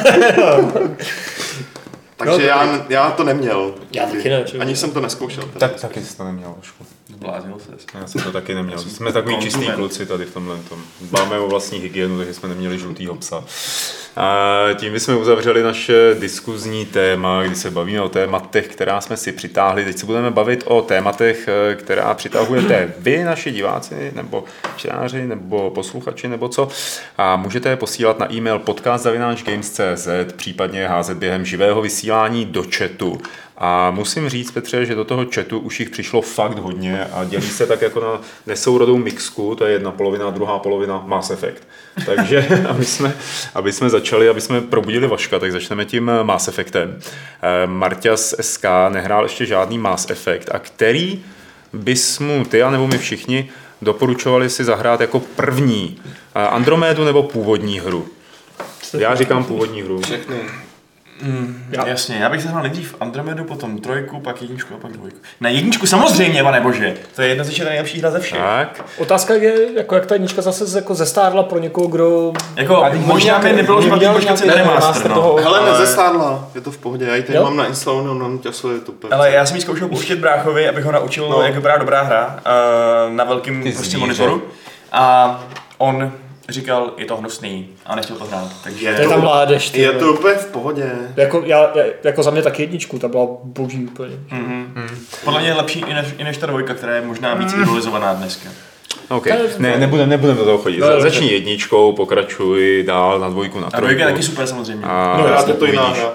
Speaker 4: Takže já to neměl.
Speaker 1: Já taky ne.
Speaker 4: Ani jsem to neskoušel.
Speaker 2: Taky jsi to neměl, Vašku.
Speaker 3: Zbláznil ses.
Speaker 2: Já jsem to taky neměl. Jsme takový čistý kluci tady v tomhle tom. Dbáme o vlastní hygienu, takže jsme neměli žlutýho psa. A tím bychom uzavřeli naše diskuzní téma, kdy se bavíme o tématech, která jsme si přitáhli. Teď se budeme bavit o tématech, která přitahujete vy, naši diváci, nebo čtenáři, nebo posluchači, nebo co. A můžete je posílat na e-mail podcast@games.cz, případně házet během živého vysílání do chatu. A musím říct, Petře, že do toho chatu už jich přišlo fakt hodně a dělí se tak jako na nesourodou mixku, to je jedna polovina, druhá polovina Mass Effect. Takže aby jsme začali, aby jsme probudili Vaška, tak začneme tím Mass Effectem. Marťas SK nehrál ještě žádný Mass Effect a který bys mu ty a nebo my všichni doporučovali si zahrát jako první Andromedu nebo původní hru? Já říkám původní hru.
Speaker 4: Všechny.
Speaker 3: Jasně, já bych zahrál nejdřív Andromedu, potom 3, pak 1 a pak 2. Na 1 samozřejmě, pane bože, to je jednoznačně ta nejlepší hra ze všech.
Speaker 2: Tak.
Speaker 1: Otázka je, jako jak ta jednička zase jako zestárla pro někoho, kdo...
Speaker 3: Jako, možná by nebylo špatný počkat si na remaster, no.
Speaker 4: Hele, nezestárla, je to v pohodě, já ji tady mám nainstalovanou, mám časově to pevně.
Speaker 3: Ale já jsem ji zkoušel pouštět bráchovi, abych ho naučil, jak vypadá dobrá hra na velkým prostě monitoru. A on říkal, je to hnusný a nechtěl to hrát. Takže
Speaker 1: To je ta mládež.
Speaker 4: Je to úplně v pohodě.
Speaker 1: Jako za mě taky jedničku, ta byla boží úplně.
Speaker 3: Podle mě je lepší i než ta 2, která je možná víc idolizovaná dneska.
Speaker 2: OK, nebudem do toho chodit. Začni 1, pokračuj dál na 2, na 3.
Speaker 3: A 2 je taky super samozřejmě.
Speaker 4: No, já to jiná hra.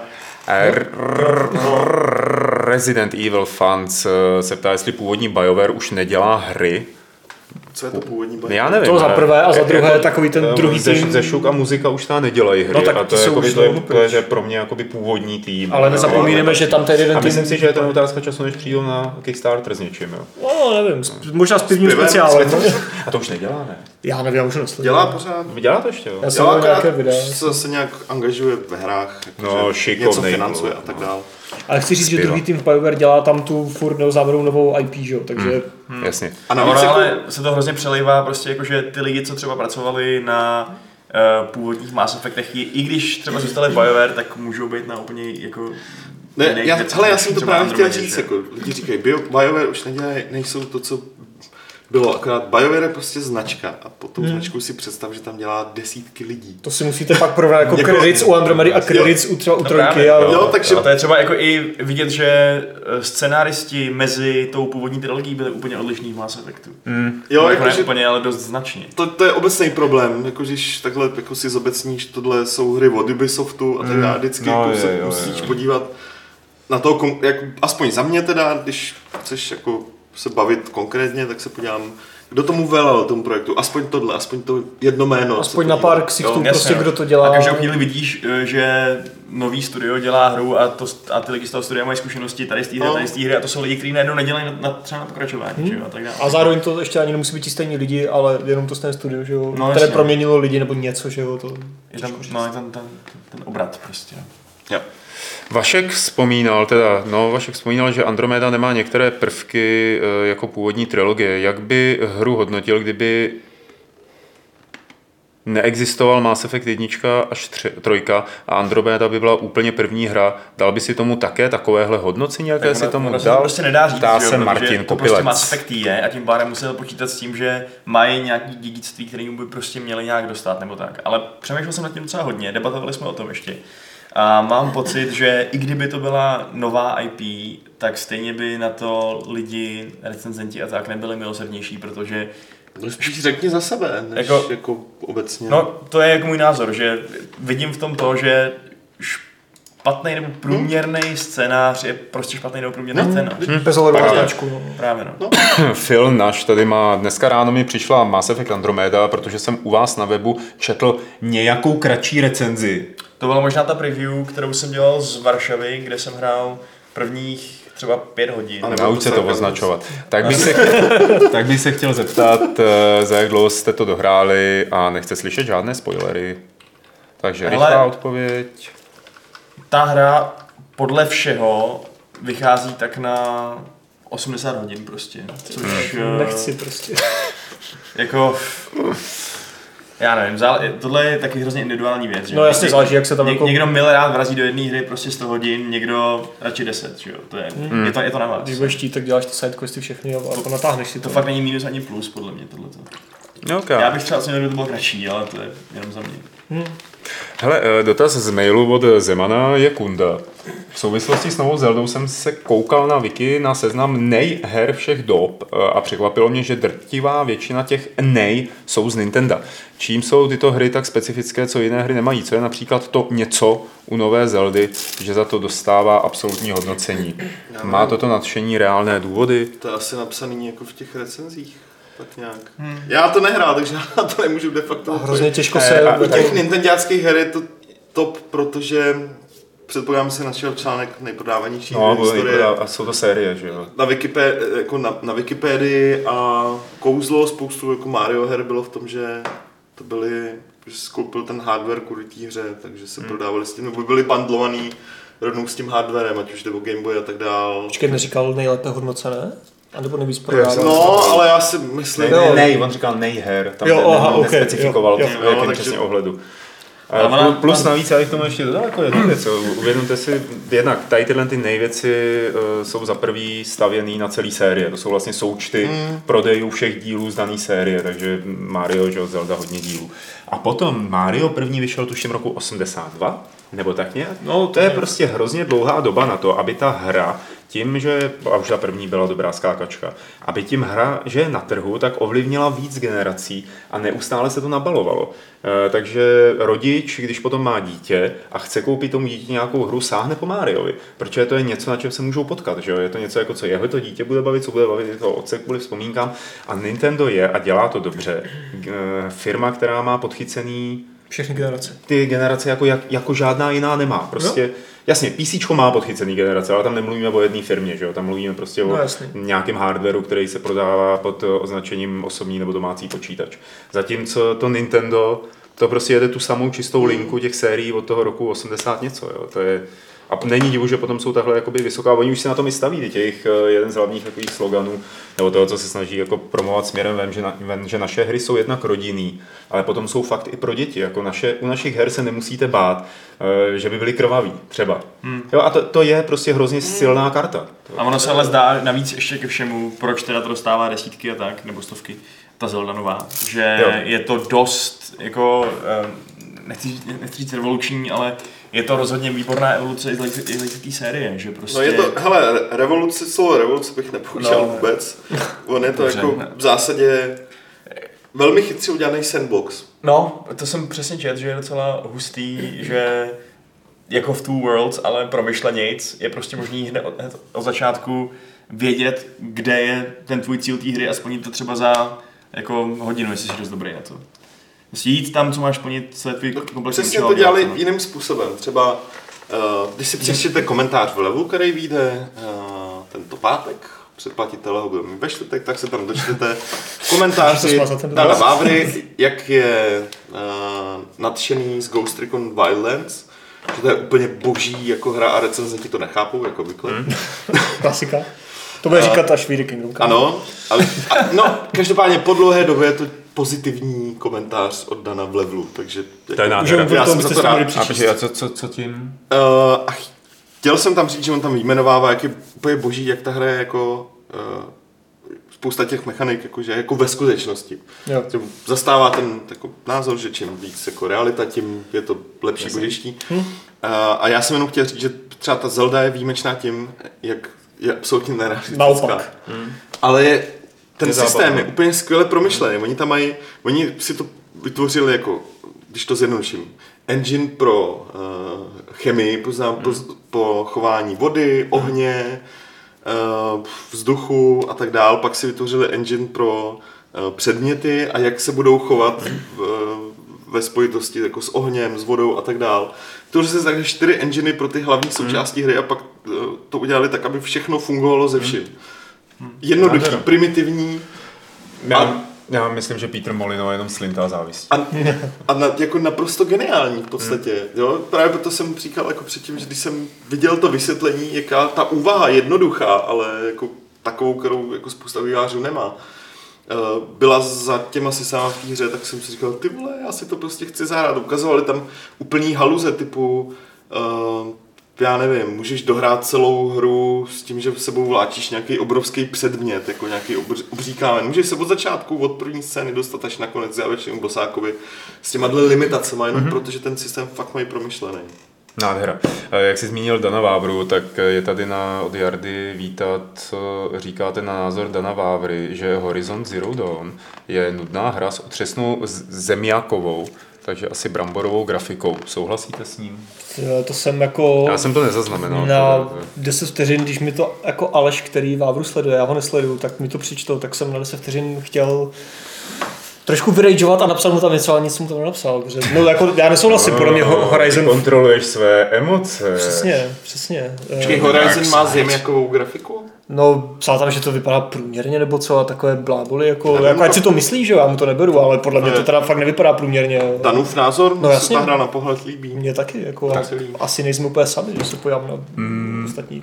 Speaker 2: Resident Evil Fans se ptá, jestli původní BioWare už nedělá hry.
Speaker 4: Co je to původní BioWare?
Speaker 2: Já nevím.
Speaker 1: To za prvé a za druhé takový ten druhý tým.
Speaker 2: Zešuk a muzika už tam nedělají hry.
Speaker 1: No, tak
Speaker 2: a to je pro mě jakoby původní tým.
Speaker 1: Ale nezapomínáme, že tam ten jeden tým...
Speaker 2: A myslím si, že je to otázka času, než přijdou na Kickstarter s něčím. Jo.
Speaker 1: No, nevím, možná s pivním speciálem.
Speaker 2: A to už nedělá, ne?
Speaker 1: Já nevím, já už nesleduji.
Speaker 4: Dělá pořád.
Speaker 2: Dělá to ještě, jo?
Speaker 1: Já jsem nějaké videa.
Speaker 4: Se zase nějak angažuje ve hrách,
Speaker 2: no,
Speaker 4: něco financuje a tak dále.
Speaker 1: Ale chci říct, že druhý tým v BioWare dělá tam tu furt neozávěrou novou IP, že jo, takže...
Speaker 2: Jasně.
Speaker 3: A navíc ale se to hrozně přelejvá, prostě jakože ty lidi, co třeba pracovali na původních Mass Effectech, i když třeba zůstali BioWare, tak můžou být na úplně jako...
Speaker 4: Ne, já jsem to právě chtěl říct, jako lidi říkají, BioWare už nejsou to, co bylo, akorát BioWare je prostě značka a po tou značku si představ, že tam dělá desítky lidí.
Speaker 1: To si musíte pak porovnat jako credits u Andromedy a credits u třeba u 3.
Speaker 3: Takže to je třeba jako i vidět, že scenáristi mezi tou původní trilogií byli úplně odlišní v Mass Effectu.
Speaker 4: Jo,
Speaker 3: jako ne úplně, ale dost značně.
Speaker 4: To je obecný problém, jako když takhle jako si zobecníš, tohle jsou hry od Ubisoftu a tak dále, vždycky se musíš podívat na to, jak, aspoň za mě teda, když chceš jako se bavit konkrétně, tak se podívám, kdo tomu velel tomu projektu, aspoň tohle, aspoň to jedno jméno.
Speaker 1: Aspoň na pár ksichtů prostě, kdo to dělá.
Speaker 3: A každou chvíli vidíš, že nový studio dělá hru a ty lidi z toho studia mají zkušenosti tady z té hry a to jsou lidi, kteří najednou nedělají třeba na pokračování, že jo, a tak dále.
Speaker 1: A zároveň to ještě ani nemusí být ti stejní lidi, ale jenom to stejné studio, že jo,
Speaker 3: no,
Speaker 1: které proměnilo lidi nebo něco, že jo, to
Speaker 3: je tam, ten obrat prostě.
Speaker 4: Jo.
Speaker 2: Vašek vzpomínal, že Andromeda nemá některé prvky jako původní trilogie. Jak by hru hodnotil, kdyby neexistoval Mass Effect 1 až 3 a Andromeda by byla úplně první hra? Dal by si tomu také takovéhle hodnocení, jaké si tomu dal?
Speaker 3: To prostě nedá říct,
Speaker 2: Dá se Martin
Speaker 3: to prostě Mass Effect je a tím pádem musel počítat s tím, že mají nějaký dědictví, který mu by prostě měli nějak dostat nebo tak. Ale přemýšlel jsem nad tím docela hodně, debatovali jsme o tom ještě. A mám pocit, že i kdyby to byla nová IP, tak stejně by na to lidi, recenzenti a tak nebyli milosrdnější, protože...
Speaker 4: No spíš řekni za sebe, než jako obecně.
Speaker 3: No, to je jako můj názor, že vidím v tom to, že špatný nebo průměrný scénář je prostě špatný nebo průměrný scénář.
Speaker 1: Bez ohledu na značku.
Speaker 3: Právě no.
Speaker 2: Phil Nash tady má, dneska ráno mi přišla Mass Effect Andromeda, protože jsem u vás na webu četl nějakou kratší recenzi.
Speaker 3: To byla možná ta preview, kterou jsem dělal z Varšavy, kde jsem hrál prvních třeba 5 hodin.
Speaker 2: A nauč se to označovat. Tak bych se chtěl zeptat, za jak dlouho jste to dohráli a nechce slyšet žádné spoilery. Takže rychlá odpověď.
Speaker 3: Ta hra podle všeho vychází tak na 80 hodin prostě. Což...
Speaker 1: Nechci prostě.
Speaker 3: Jako... Já nevím, tohle je taky hrozně individuální věc.
Speaker 1: No jasně, záleží, jak se tam jako...
Speaker 3: Někdo miliard vrazí do jedné hry prostě 100 hodin, někdo radši 10, že jo, to je, je to na vás.
Speaker 1: Když budeš chtít, tak děláš ty sidequesty všechny a natáhneš si to.
Speaker 3: To fakt není minus ani plus, podle mě, tohleto.
Speaker 2: Okay.
Speaker 3: Já bych třeba ocenil, kdyby to bylo kratší, ale to je jenom za mě.
Speaker 2: Hele, dotaz z mailu od Zemana je Kunda. V souvislosti s novou Zeldou jsem se koukal na wiki na seznam her všech dob a překvapilo mě, že drtivá většina těch jsou z Nintendo. Čím jsou tyto hry tak specifické, co jiné hry nemají? Co je například to něco u nové Zeldy, že za to dostává absolutní hodnocení? Má toto nadšení reálné důvody?
Speaker 4: To je asi napsaný jako v těch recenzích. Tak nějak. Já to nehrál, takže já to nemůžu de facto.
Speaker 1: Hrozně těžko se...
Speaker 4: U těch nintendáckých her je to top, protože předpokládám, že se našel článek nejprodávanější historie.
Speaker 2: A jsou to série, že jo?
Speaker 4: Na Wikipedii a kouzlo spoustu jako Mario her bylo v tom, že to byly, že skoupil ten hardware kvůli té hře, takže se prodávali s tím, nebo byly bundlovaný rovnou s tím hardwarem, ať už jde o Game Boy a tak dál.
Speaker 1: Počkej, neříkal nejlépe hodnocené? A nebo nejvíc prodává?
Speaker 4: No, ale já si myslím...
Speaker 2: On říkal her, tam nespecifikoval to v jakém přesně ohledu. Plus navíc, já bych tomu ještě dodal jako jednu věc. Uvědomte si, jednak tady tyhle ty nejvěci jsou za prvý stavěný na celý série. To jsou vlastně součty prodejů všech dílů z dané série, takže Mario, Zelda, hodně dílů. A potom Mario první vyšel tuším roku 82, nebo tak nějak. No, to je prostě hrozně dlouhá doba na to, aby ta hra tím, že, a už ta první byla dobrá skákačka, aby tím hra, že je na trhu, tak ovlivnila víc generací a neustále se to nabalovalo. Takže rodič, když potom má dítě a chce koupit tomu dítě nějakou hru, sáhne po Mariovi, protože to je něco, na čem se můžou potkat, že jo? Je to něco jako, co jeho to dítě bude bavit, co bude bavit toho otce kvůli vzpomínkám, a Nintendo je, a dělá to dobře, firma, která má podchycený
Speaker 1: všechny generace.
Speaker 2: Ty generace jako žádná jiná nemá. Prostě, jasně, PCčko má podchycený generace, ale tam nemluvíme o jedné firmě, že jo? Tam mluvíme prostě o nějakém hardwareu, který se prodává pod označením osobní nebo domácí počítač. Zatímco to Nintendo, to prostě jede tu samou čistou linku těch sérií od toho roku 80 něco, jo? To je... A není divu, že potom jsou takhle jakoby vysoká. Oni už si na tom i staví, těch jeden z hlavních takových sloganů, nebo toho, co se snaží jako promovat směrem ven, že naše hry jsou jednak rodinný, ale potom jsou fakt i pro děti. Jako u našich her se nemusíte bát, že by byly krvaví, třeba. Jo, a to je prostě hrozně silná karta.
Speaker 3: A ono se ale zdá navíc ještě ke všemu, proč teda to dostává desítky a tak, nebo stovky, ta Zelda nová, že je to dost, jako, nechci říct revoluční, ale je to rozhodně výborná evoluce i z té série, že prostě...
Speaker 4: No je to, hele, slovo revoluce bych nepoužil vůbec. On je to jako v zásadě velmi chytře udělaný sandbox.
Speaker 3: No, to jsem přesně četl, že je docela hustý, že jako v Two Worlds, ale promyšlenějc, je prostě možný hned od začátku vědět, kde je ten tvůj cíl té hry a splnit to třeba za jako hodinu, jestli jsi dost dobrý na to. Musí jít tam, co máš plnit, co je tvůj komplexní.
Speaker 4: Přesně to dělali jiným způsobem. Třeba, když si přečtěte komentář v levelu, který vyjde tento pátek, předplatitele ho budeme ve čtvrtek, tak se tam dočtete v komentáři Dana Vávry, jak je nadšený z Ghost Recon Wildlands, že to je úplně boží jako hra a recenzenti to nechápou, jako obvykle.
Speaker 1: Klasika. To bude říkat až vyjde Kingdom Come.
Speaker 4: Ano, no, každopádně po dlouhé době je to pozitivní komentář od Dana v levelu, takže
Speaker 2: to je nádhera.
Speaker 4: já jsem za to rád.
Speaker 2: A co tím?
Speaker 4: Chtěl jsem tam říct, že on tam vyjmenovává, jak je úplně boží, jak ta hra je jako spousta těch mechanik, jakože jako ve skutečnosti. Zastává ten jako názor, že čím víc jako realita, tím je to lepší, božečtí. A já jsem jenom chtěl říct, že třeba ta Zelda je výjimečná tím, jak je absolutně nerealistická. Ale ten systém je úplně skvěle promyšlený. Oni si to vytvořili jako, když to zjednoduším, engine pro chemii, po chování vody, ohně, vzduchu a tak dál. Pak si vytvořili engine pro předměty a jak se budou chovat ve spojitosti jako s ohněm, s vodou a tak dál. Vytvořili se takže 4 enginy pro ty hlavní součásti hry a pak to udělali tak, aby všechno fungovalo ze vším. Jednoduchý, primitivní.
Speaker 2: Já myslím, že Peter Molyneux jenom slintá závistí.
Speaker 4: Jako naprosto geniální v podstatě. Jo? Právě proto jsem říkal jako předtím, že když jsem viděl to vysvětlení, jaká ta úvaha jednoduchá, ale jako takovou, kterou jako spousta vývojářů nemá, byla za těma sisama v té hře, tak jsem si říkal, ty vole, já si to prostě chci zahrát. Ukazovali tam úplný haluze typu já nevím, můžeš dohrát celou hru s tím, že v sebou vláčíš nějaký obrovský předmět, jako nějaký obří kámen. Můžeš se od začátku, od první scény dostat až nakonec závěrečnému bosákovi s těma limitacemi, jenom protože ten systém fakt mají promyšlený.
Speaker 2: Nádhera. Jak jsi zmínil Dana Vávru, tak je tady od Jardy vítat, co říkáte na názor Dana Vávry, že Horizon Zero Dawn je nudná hra s otřesnou zemiakovou, takže asi bramborovou grafikou. Souhlasíte s ním?
Speaker 1: To jsem jako...
Speaker 2: Já jsem to nezaznamenal.
Speaker 1: Na 10 vteřin, když mi to jako Aleš, který Vávru sleduje, já ho nesleduju, tak mi to přečtou, tak jsem na 10 vteřin chtěl trošku vyrageovat a napsal mu tam něco, ale nic mu tam nenapsal. No jako já nesouhlasím, podle mě Horizon...
Speaker 2: Kontroluješ své emoce.
Speaker 1: Přesně.
Speaker 4: Počkej, Horizon má zemiakovou grafiku?
Speaker 1: No, psal tam, že to vypadá průměrně nebo co a takové bláboli, jako ať si to myslí, že já mu to neberu, ale podle mě to teda fakt nevypadá průměrně.
Speaker 4: Danův názor, no se ta hra na pohled líbí.
Speaker 1: Mně taky, jako asi nejsme úplně sami, že se podívám na ostatní.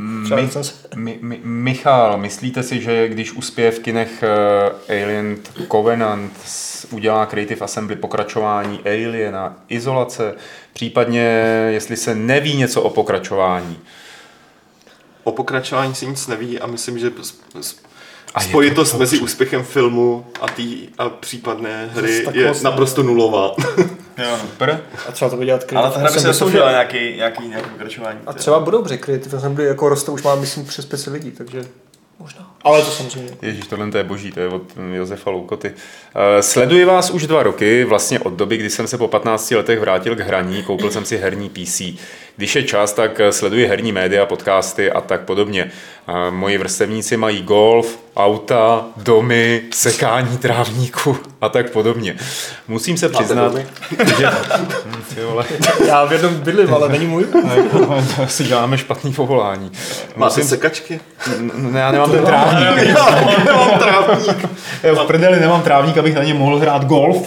Speaker 2: Michal, myslíte si, že když uspěje v kinech Alien Covenant udělá Creative Assembly pokračování Aliena, Izolace, případně jestli se neví něco o pokračování?
Speaker 4: O pokračování se nic neví a myslím, že spojitost mezi úspěchem filmu a případné hry je naprosto nulová.
Speaker 3: Jo,
Speaker 2: super.
Speaker 1: A třeba to bude dělat
Speaker 3: Creative Assembly. Ale ta hra by se zasloužila nějaký pokračování.
Speaker 1: A třeba budou, protože Creative Assembly jako roste, už má myslím přes 500 lidí, takže možná. Ale to samozřejmě.
Speaker 2: Ježíš, tohle je boží, to je od Josefa Loukoty. Sleduji vás už 2 roky, vlastně od doby, kdy jsem se po 15 letech vrátil k hraní, koupil jsem si herní PC. Když je čas, tak sleduji herní média, podcasty a tak podobně. Moji vrstevníci mají golf, auta, domy, sekání trávníku a tak podobně. Musím se přiznat, že...
Speaker 1: Já v jednom bydlím, ale není můj.
Speaker 2: Si děláme špatný povolání.
Speaker 4: Máte sekačky?
Speaker 2: Ne, já nemám ten trávník.
Speaker 4: Já nemám trávník.
Speaker 2: V prdeli nemám trávník, abych na ně mohl hrát golf.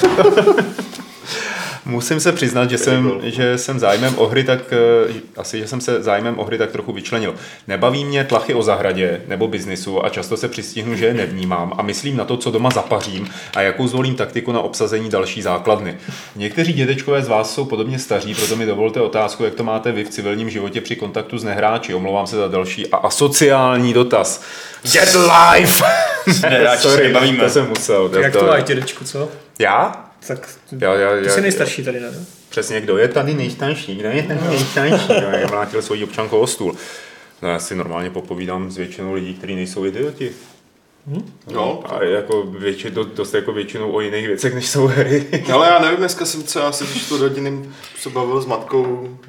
Speaker 2: Musím se přiznat, že jsem zájmem o hry tak trochu vyčlenil. Nebaví mě tlachy o zahradě nebo biznisu a často se přistihnu, že je nevnímám a myslím na to, co doma zapařím a jakou zvolím taktiku na obsazení další základny. Někteří dědečkové z vás jsou podobně staří, proto mi dovolte otázku, jak to máte vy v civilním životě při kontaktu s nehráči. Omlouvám se za další a asociální dotaz. Get live!
Speaker 3: Sorry,
Speaker 2: to jsem musel.
Speaker 1: Jak to máš, dědečku, co?
Speaker 2: Já?
Speaker 1: Tak ty jsi nejstarší tady, ne?
Speaker 2: Přesně, kdo je tady nejstarší? Já mlátil svoji občanku o stůl. No, já si normálně popovídám s většinou lidí, kteří nejsou idioti.
Speaker 4: No.
Speaker 2: A jako dost jako většinou o jiných věcech, než jsou hry.
Speaker 4: Ale já nevím, dneska jsem třeba se to rodinným se bavil s matkou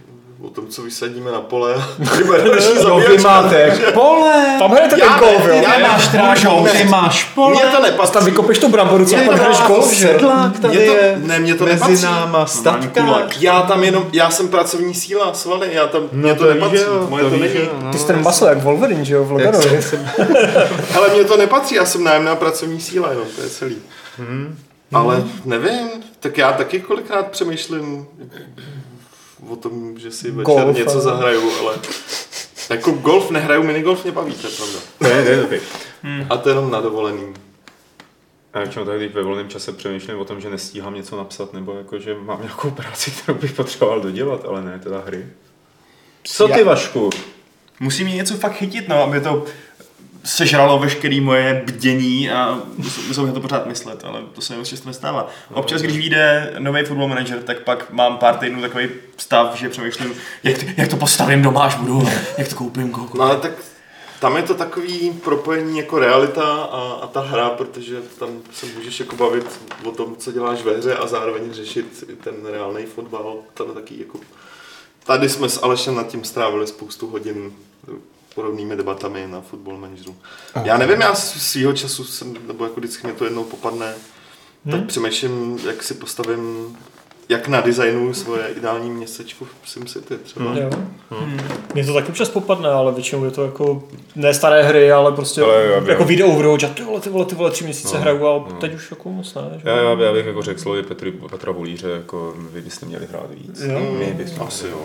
Speaker 4: o tom, co vysadíme na pole a vybere další
Speaker 2: Vy
Speaker 4: zabíjačka.
Speaker 2: máte pole.
Speaker 1: Tam hrajete ten golf, jo.
Speaker 2: Ty máš trážou, ty máš pole.
Speaker 4: Mně to nepatří.
Speaker 1: Tam vykopeš tu bramboru, co tam hraješ golf, že?
Speaker 2: Sedlák tady
Speaker 4: Mně to-
Speaker 2: je
Speaker 4: ne, mně to
Speaker 2: mezi
Speaker 4: nepatří.
Speaker 2: náma statkák.
Speaker 4: Já jsem pracovní síla, svaly, mně to
Speaker 2: víš,
Speaker 4: nepatří,
Speaker 2: že jo,
Speaker 4: moje to
Speaker 2: víš,
Speaker 4: není.
Speaker 2: že jo, no.
Speaker 1: Ty jsi ten maso jak Wolverine, že jo, v Loganovi.
Speaker 4: Ale mně to nepatří, já jsem nájemná pracovní síla jenom, to je celý. Ale nevím, tak já taky kolikrát přemýšlím o tom, že si večer
Speaker 1: Golf,
Speaker 4: něco
Speaker 1: ale-
Speaker 4: zahraju, ale jako golf nehraju, minigolf mě baví, to je pravda.
Speaker 2: To je dobrý.
Speaker 4: A to jenom na dovolený.
Speaker 2: A většinou tak, když ve volném čase přemýšlím o tom, že nestíhám něco napsat, nebo jako, že mám nějakou práci, kterou bych potřeboval dodělat, ale ne teda hry. Co ty, Vašku?
Speaker 3: Musí mě něco fakt chytit, no, aby to sežralo veškerý moje bdění a musím na to pořád myslet, ale to se mi často nestává. Občas, když vyjde nový Football Manager, tak pak mám pár týdnů takový stav, že přemýšlím, jak to postavím doma, až budu, jak to koupím.
Speaker 4: No ale tak tam je to takový propojení jako realita a ta hra, protože tam se můžeš jako bavit o tom, co děláš ve hře a zároveň řešit i ten reálný fotbal. Tady taky jako... Tady jsme s Alešem nad tím strávili spoustu hodin podobnými debatami na Football Manageru. Já nevím, já svýho času jsem, nebo jako vždycky mě to jednou popadne, tak přemýšlím, jak si postavím, jak nadizajnuju svoje ideální městečko v SimCity třeba.
Speaker 1: Jo. Mně to taky občas popadne, ale většinou je to jako ne staré hry, ale prostě jako video Overwatch a ty vole 3 měsíce hraju a teď už jako moc ne. Že?
Speaker 2: Já bych jako řekl slovy Petra Volíře, jako vy byste měli hrát víc.
Speaker 1: Jo.
Speaker 2: My bychom
Speaker 4: Asi jo.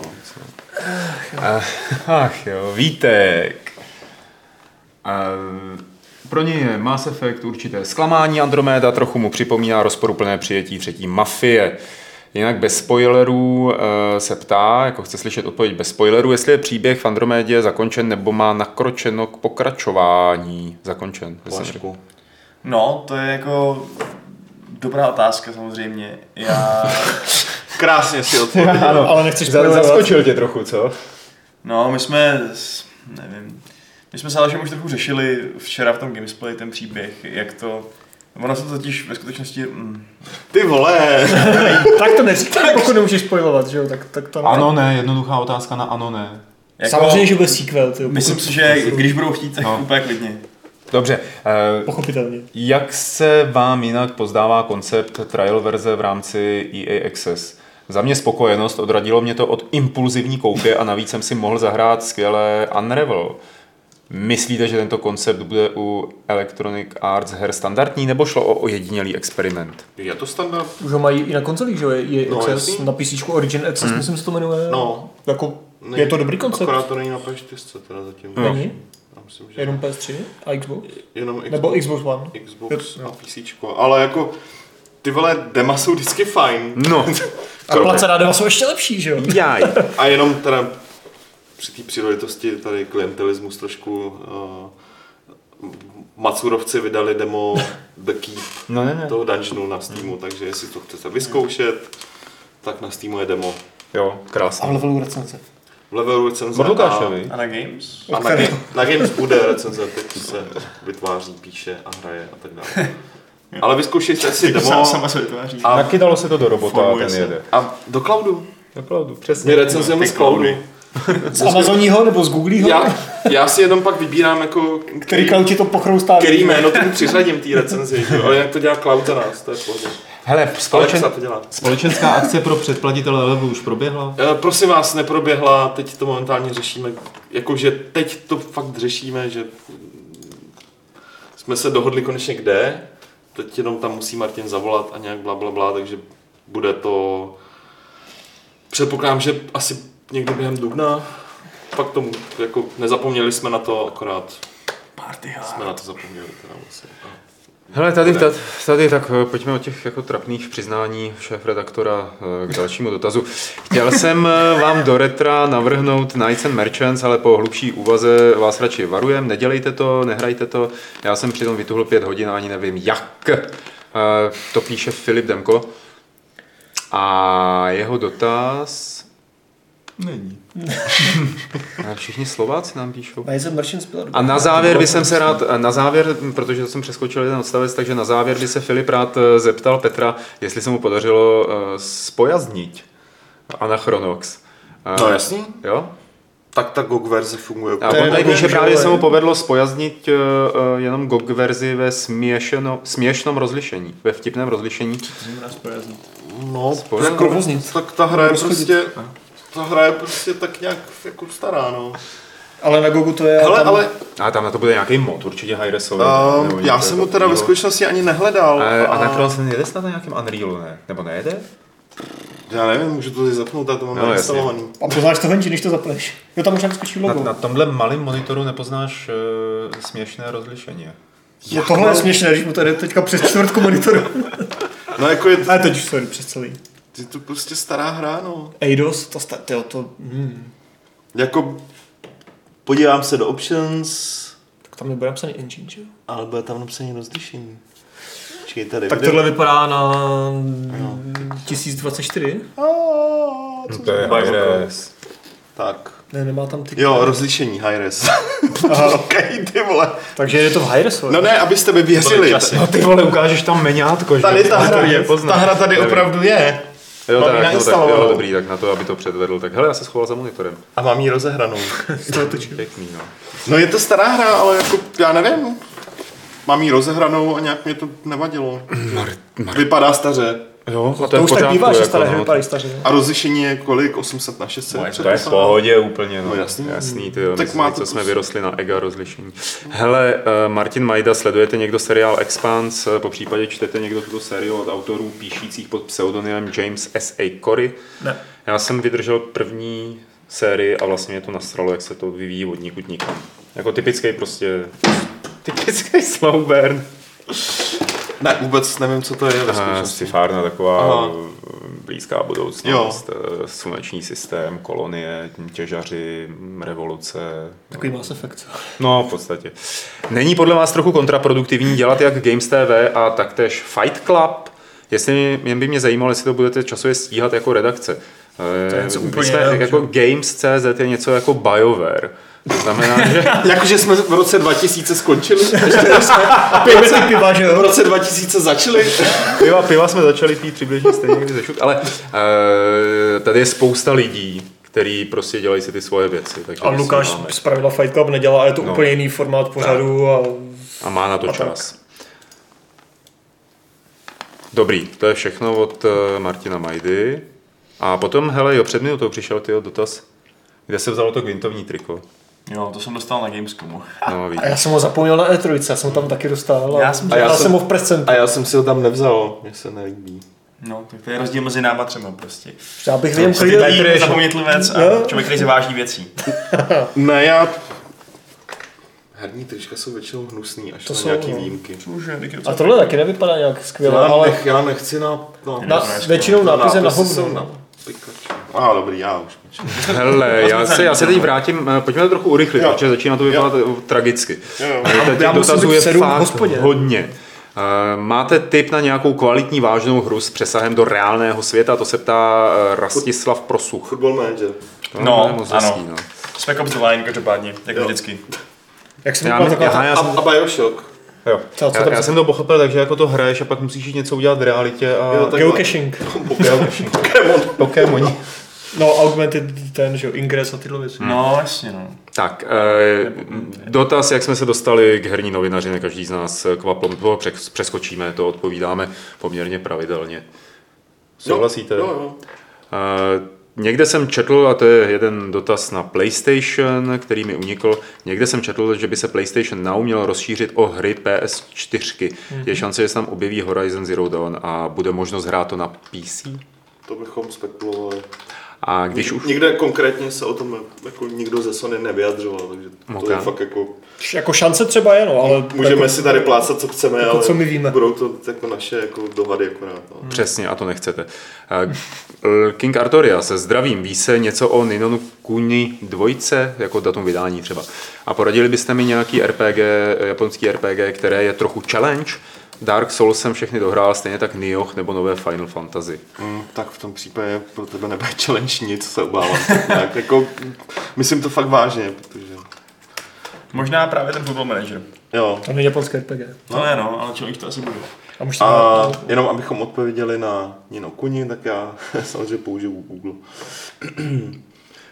Speaker 2: Ach jo, Vítek. Pro něj je Mass Effect určité zklamání Andromeda, trochu mu připomíná rozporuplné přijetí třetí Mafie. Jinak bez spoilerů se ptá, jako chce slyšet odpověď bez spoilerů, jestli je příběh v Andromedě zakončen nebo má nakročeno k pokračování. Zakončen.
Speaker 4: Vašku.
Speaker 3: No, to je jako dobrá otázka samozřejmě. Já...
Speaker 4: Krásně si odpověděl.
Speaker 2: Ano,
Speaker 1: Ale nechceš spoilerovat.
Speaker 2: zaskočil tě trochu, co?
Speaker 3: No, my jsme se Alešem už trochu řešili včera v tom Gamesplay ten příběh, jak to... Ono se to totiž ve skutečnosti...
Speaker 4: Ty vole!
Speaker 1: Tak to neříkej, pokud nemůžeš spoilovat, že jo, tak to
Speaker 2: Ano, ne, jednoduchá otázka na ano, ne.
Speaker 3: Jako,
Speaker 1: Samozřejmě, že bude sequel, ty.
Speaker 3: myslím si, že když budou chtít, tak úplně klidně.
Speaker 2: Dobře,
Speaker 1: Pochopitelně.
Speaker 2: jak se vám jinak pozdává koncept trial verze v rámci EA Access? Za mě spokojenost, odradilo mě to od impulzivní koupě a navíc jsem si mohl zahrát skvěle Unravel. Myslíte, že tento koncept bude u Electronic Arts her standardní, nebo šlo o ojedinělý experiment?
Speaker 4: Je to standard?
Speaker 1: Už ho mají i na konzolích, že jo, je
Speaker 4: No,
Speaker 1: Access,
Speaker 4: jasný.
Speaker 1: na PC Origin Access, myslím, se to jmenuje.
Speaker 4: No.
Speaker 1: Jako, je to dobrý koncept?
Speaker 4: Akorát to není na PS4 teda zatím.
Speaker 1: Není?
Speaker 4: Já myslím, že
Speaker 1: Jenom PS3 a Xbox?
Speaker 4: jenom Xbox,
Speaker 1: Nebo Xbox One?
Speaker 4: Xbox a PCčko. Ale jako ty vole dema jsou vždycky fajn.
Speaker 2: No,
Speaker 1: A placená dema jsou ještě lepší, že jo?
Speaker 2: jaj.
Speaker 4: A jenom teda při té příležitosti tady klientelismus trošku Matsurovci vydali demo The Keep
Speaker 2: No ne.
Speaker 4: toho dungeonu na Steamu, takže jestli to chcete vyzkoušet, tak na Steamu je demo.
Speaker 2: Jo,
Speaker 1: A v
Speaker 2: krásně.
Speaker 1: levelu recenze.
Speaker 4: V levelu recenze
Speaker 2: Od Lukášovi.
Speaker 3: A na Games?
Speaker 4: a na Games bude recenze, teď se vytváří, píše a hraje a tak dále. Ale vyzkoušejte si demo
Speaker 3: Sama se vytváří.
Speaker 4: a,
Speaker 2: Nakydalo se to do robota a
Speaker 3: Formuje
Speaker 2: ten
Speaker 3: se.
Speaker 2: jede.
Speaker 4: a do cloudu.
Speaker 2: Opravdu, přesně.
Speaker 4: My recenzujeme z cloudu.
Speaker 1: Z Amazoního nebo z Googlího?
Speaker 4: Já si jenom pak vybírám jako
Speaker 1: Který cloud ti to pochroustá?
Speaker 4: který jméno tomu přiřadím té recenzi, že jo? Ale jinak to dělá cloud za nás, to je v pohodě.
Speaker 2: Hele,
Speaker 4: Alexa to dělá.
Speaker 2: společenská akce pro předplatitele Level už proběhla?
Speaker 4: Prosím vás, neproběhla, teď to momentálně řešíme, jakože teď to fakt řešíme, že jsme se dohodli konečně kde, teď jenom tam musí Martin zavolat a nějak blablabla, takže bude to, předpokládám, že asi někdy během dubna, fakt tomu, jako nezapomněli jsme na to, akorát
Speaker 3: Party
Speaker 4: jsme na to zapomněli teda vlastně.
Speaker 2: Hele, tady tak pojďme od těch jako trapných přiznání šéfredaktora k dalšímu dotazu. Chtěl jsem vám do retra navrhnout Knights and Merchants, ale po hlubší úvaze vás radši varujem, nedělejte to, nehrajte to. Já jsem přitom vytuhl 5 hodin a ani nevím jak. To píše Filip Demko. A jeho dotaz...
Speaker 3: Není.
Speaker 2: Všichni Slováci nám píšou. A na závěr by jsem se rád, protože to jsem přeskočil jeden odstavec, takže na závěr by se Filip rád zeptal Petra, jestli se mu podařilo spojaznit Anachronox.
Speaker 4: No jasný.
Speaker 2: Jo?
Speaker 4: Tak ta GOG verze funguje.
Speaker 2: A on tady píše, právě se mu povedlo spojaznit jenom GOG verzi ve směšnom rozlišení, ve vtipném rozlišení.
Speaker 4: No,
Speaker 1: jako,
Speaker 4: tak ta hra je prostě tak nějak jako stará, no.
Speaker 1: Ale na GOGu to je...
Speaker 4: Hele, ale...
Speaker 2: A tam na to bude nějaký mod, určitě high-resový.
Speaker 4: Já jsem ho teda ve skutečnosti ani nehledal.
Speaker 2: A nakonec se nejede snad na nějakém Unrealu, ne? Nebo nejede?
Speaker 4: Já nevím, můžu to zapnout, já to mám nainstalovaný.
Speaker 1: A poznáš to venčí, když to zapneš. Jo, tam možná vyskočí logo.
Speaker 2: Na tomhle malém monitoru nepoznáš směšné rozlišení.
Speaker 1: No tohle je směšné, když mu to jde teďka přes čtvrtku monitoru.
Speaker 4: No jako je to...
Speaker 1: Ale teď sorry, přes celý.
Speaker 4: Je to prostě stará hra, no.
Speaker 1: Eidos, to...
Speaker 4: Jako... Podívám se do options...
Speaker 1: Tak tam nebude napsaný engine, že jo?
Speaker 4: Ale bude tam napsaný rozlišení. Počkej, tady
Speaker 1: tak tohle vypadá na 1024.
Speaker 2: No to je high-res.
Speaker 4: Tak.
Speaker 1: Ne, nemá tam ty...
Speaker 4: Jo, rozlišení high-res. Okej, ty vole.
Speaker 1: Takže je to v high-resu.
Speaker 4: No ne, abyste mi věřili.
Speaker 2: No ty vole, ukážeš tam meňátko,
Speaker 4: tady ta hra tady opravdu je.
Speaker 2: Jo, tak, no, tak jo, dobrý, tak na to, aby to předvedl. Tak hele, já se schoval za monitorem.
Speaker 4: A mám ji rozehranou.
Speaker 2: Pěkný, no.
Speaker 4: No je to stará hra, ale jako, já nevím. Mám ji rozehranou a nějak mě to nevadilo. Vypadá staře.
Speaker 2: Jo, a
Speaker 1: to už tak bývá, že staré hry vypadají staře.
Speaker 4: A rozlišení je kolik? 800 na 600?
Speaker 2: To je v pohodě úplně, no.
Speaker 4: Jasný,
Speaker 2: ty jo, tak my, co jsme vyrostli na EGA rozlišení. Hele, Martin Majda, sledujete někdo seriál Expanse, po případě čtete někdo tuto sérii od autorů píšících pod pseudonymem James S.A. Corey?
Speaker 1: Ne.
Speaker 2: Já jsem vydržel první sérii a vlastně mě to nasralo, jak se to vyvíjí od nikud nikam. Jako typický slow burn.
Speaker 4: Ne, vůbec nevím, co to je.
Speaker 2: Sci-fárna taková blízká budoucnost, sluneční systém, kolonie, těžaři, revoluce.
Speaker 1: Takový Mass Effect.
Speaker 2: No, v podstatě. Není podle vás trochu kontraproduktivní dělat jak Games TV a taktéž Fight Club? Jen by mě zajímalo, jestli to budete časově stíhat jako redakce. My jsme jako Games.cz je něco jako BioWare. To znamená, že...
Speaker 4: Jakože jsme v roce 2000 skončili.
Speaker 1: Piva, že jo?
Speaker 4: V roce 2000 začali.
Speaker 2: Piva jsme začali pít přibližně stejně kdy ze šut, ale tady je spousta lidí, který prostě dělají si ty svoje věci. Takže
Speaker 1: a Lukáš zpravidla Fight Club nedělá, ale je to úplně jiný formát pořadu.
Speaker 2: A má na to čas. Tak. Dobrý, to je všechno od Martina Majdy. A potom, hele, jo, před minutou přišel tyho dotaz, kde se vzalo to gvintovní triko.
Speaker 3: Jo, to jsem dostal na Gamescomu.
Speaker 2: No,
Speaker 1: a já jsem ho zapomněl na E3, já jsem ho tam taky dostal.
Speaker 3: Já
Speaker 1: jsem ho v prescentu.
Speaker 4: A já jsem si ho tam nevzal, mně se nelíbí.
Speaker 3: No, tak to je rozdíl mezi náma třema prostě.
Speaker 1: Já bych věděl,
Speaker 3: klidně zapomnětlivec a člověk, který se váží věcí.
Speaker 4: Ne, já... Herní trička jsou většinou hnusný, až to na nějaký výjimky.
Speaker 1: A tohle taky nevypadá nějak skvěle, ale...
Speaker 4: Já nechci
Speaker 1: většinou nápisem na hovno.
Speaker 4: Dobrý, já už.
Speaker 2: Hele, já se teď vrátím, pojďme to trochu urychlit, protože začíná to vypadat tragicky. Těch dotazů je fakt hodně. Máte tip na nějakou kvalitní vážnou hru s přesahem do reálného světa? To se ptá Rastislav Prosuch.
Speaker 4: Football Manager.
Speaker 3: No, ano. Spec Ops The Line, každopádně, jako vždycky.
Speaker 1: Jak jsem
Speaker 4: a Bioshock.
Speaker 2: Jo. Já jsem to pochopil, takže jako to hraješ a pak musíš jít něco udělat v realitě a...
Speaker 1: Geocaching.
Speaker 2: Pokémoni.
Speaker 1: No, augmented ingress a tyhle věci.
Speaker 3: No, jasně, no.
Speaker 2: Tak, dotaz, jak jsme se dostali k herní novinařině, každý z nás kvapom, přeskočíme, to odpovídáme poměrně pravidelně. Souhlasíte?
Speaker 4: Jo.
Speaker 2: Někde jsem četl, a to je jeden dotaz na PlayStation, který mi unikl, někde jsem četl, že by se PlayStation Now měl rozšířit o hry PS4. Je šance, že se tam objeví Horizon Zero Dawn a bude možnost hrát to na PC?
Speaker 4: To bychom spekulovali.
Speaker 2: A když už...
Speaker 4: Někde konkrétně se o tom jako nikdo ze Sony nevyjadřoval, takže to je fakt
Speaker 1: jako šance třeba je, no, ale...
Speaker 4: Můžeme jako, si tady plácat, co chceme,
Speaker 1: jako
Speaker 4: ale
Speaker 1: co my víme.
Speaker 4: Budou to jako naše jako dohady akorát. No.
Speaker 2: Přesně, a to nechcete. King Artoria se zdravím, ví se něco o Ni no Kuni 2, jako datum vydání třeba. A poradili byste mi nějaký RPG, japonský RPG, které je trochu challenge? Dark Souls jsem všechny dohrál, stejně tak Nioh nebo nové Final Fantasy.
Speaker 4: Tak v tom případě pro tebe nebude challenge nic, se obávám. Tak, jako, myslím to fakt vážně, protože...
Speaker 3: Možná právě ten Football Manager.
Speaker 4: Jo.
Speaker 1: To není japonské RPG.
Speaker 3: No ne, no, ale challenge to asi bude.
Speaker 4: A jenom abychom odpověděli na Ni no Kuni, tak já samozřejmě použiju Google.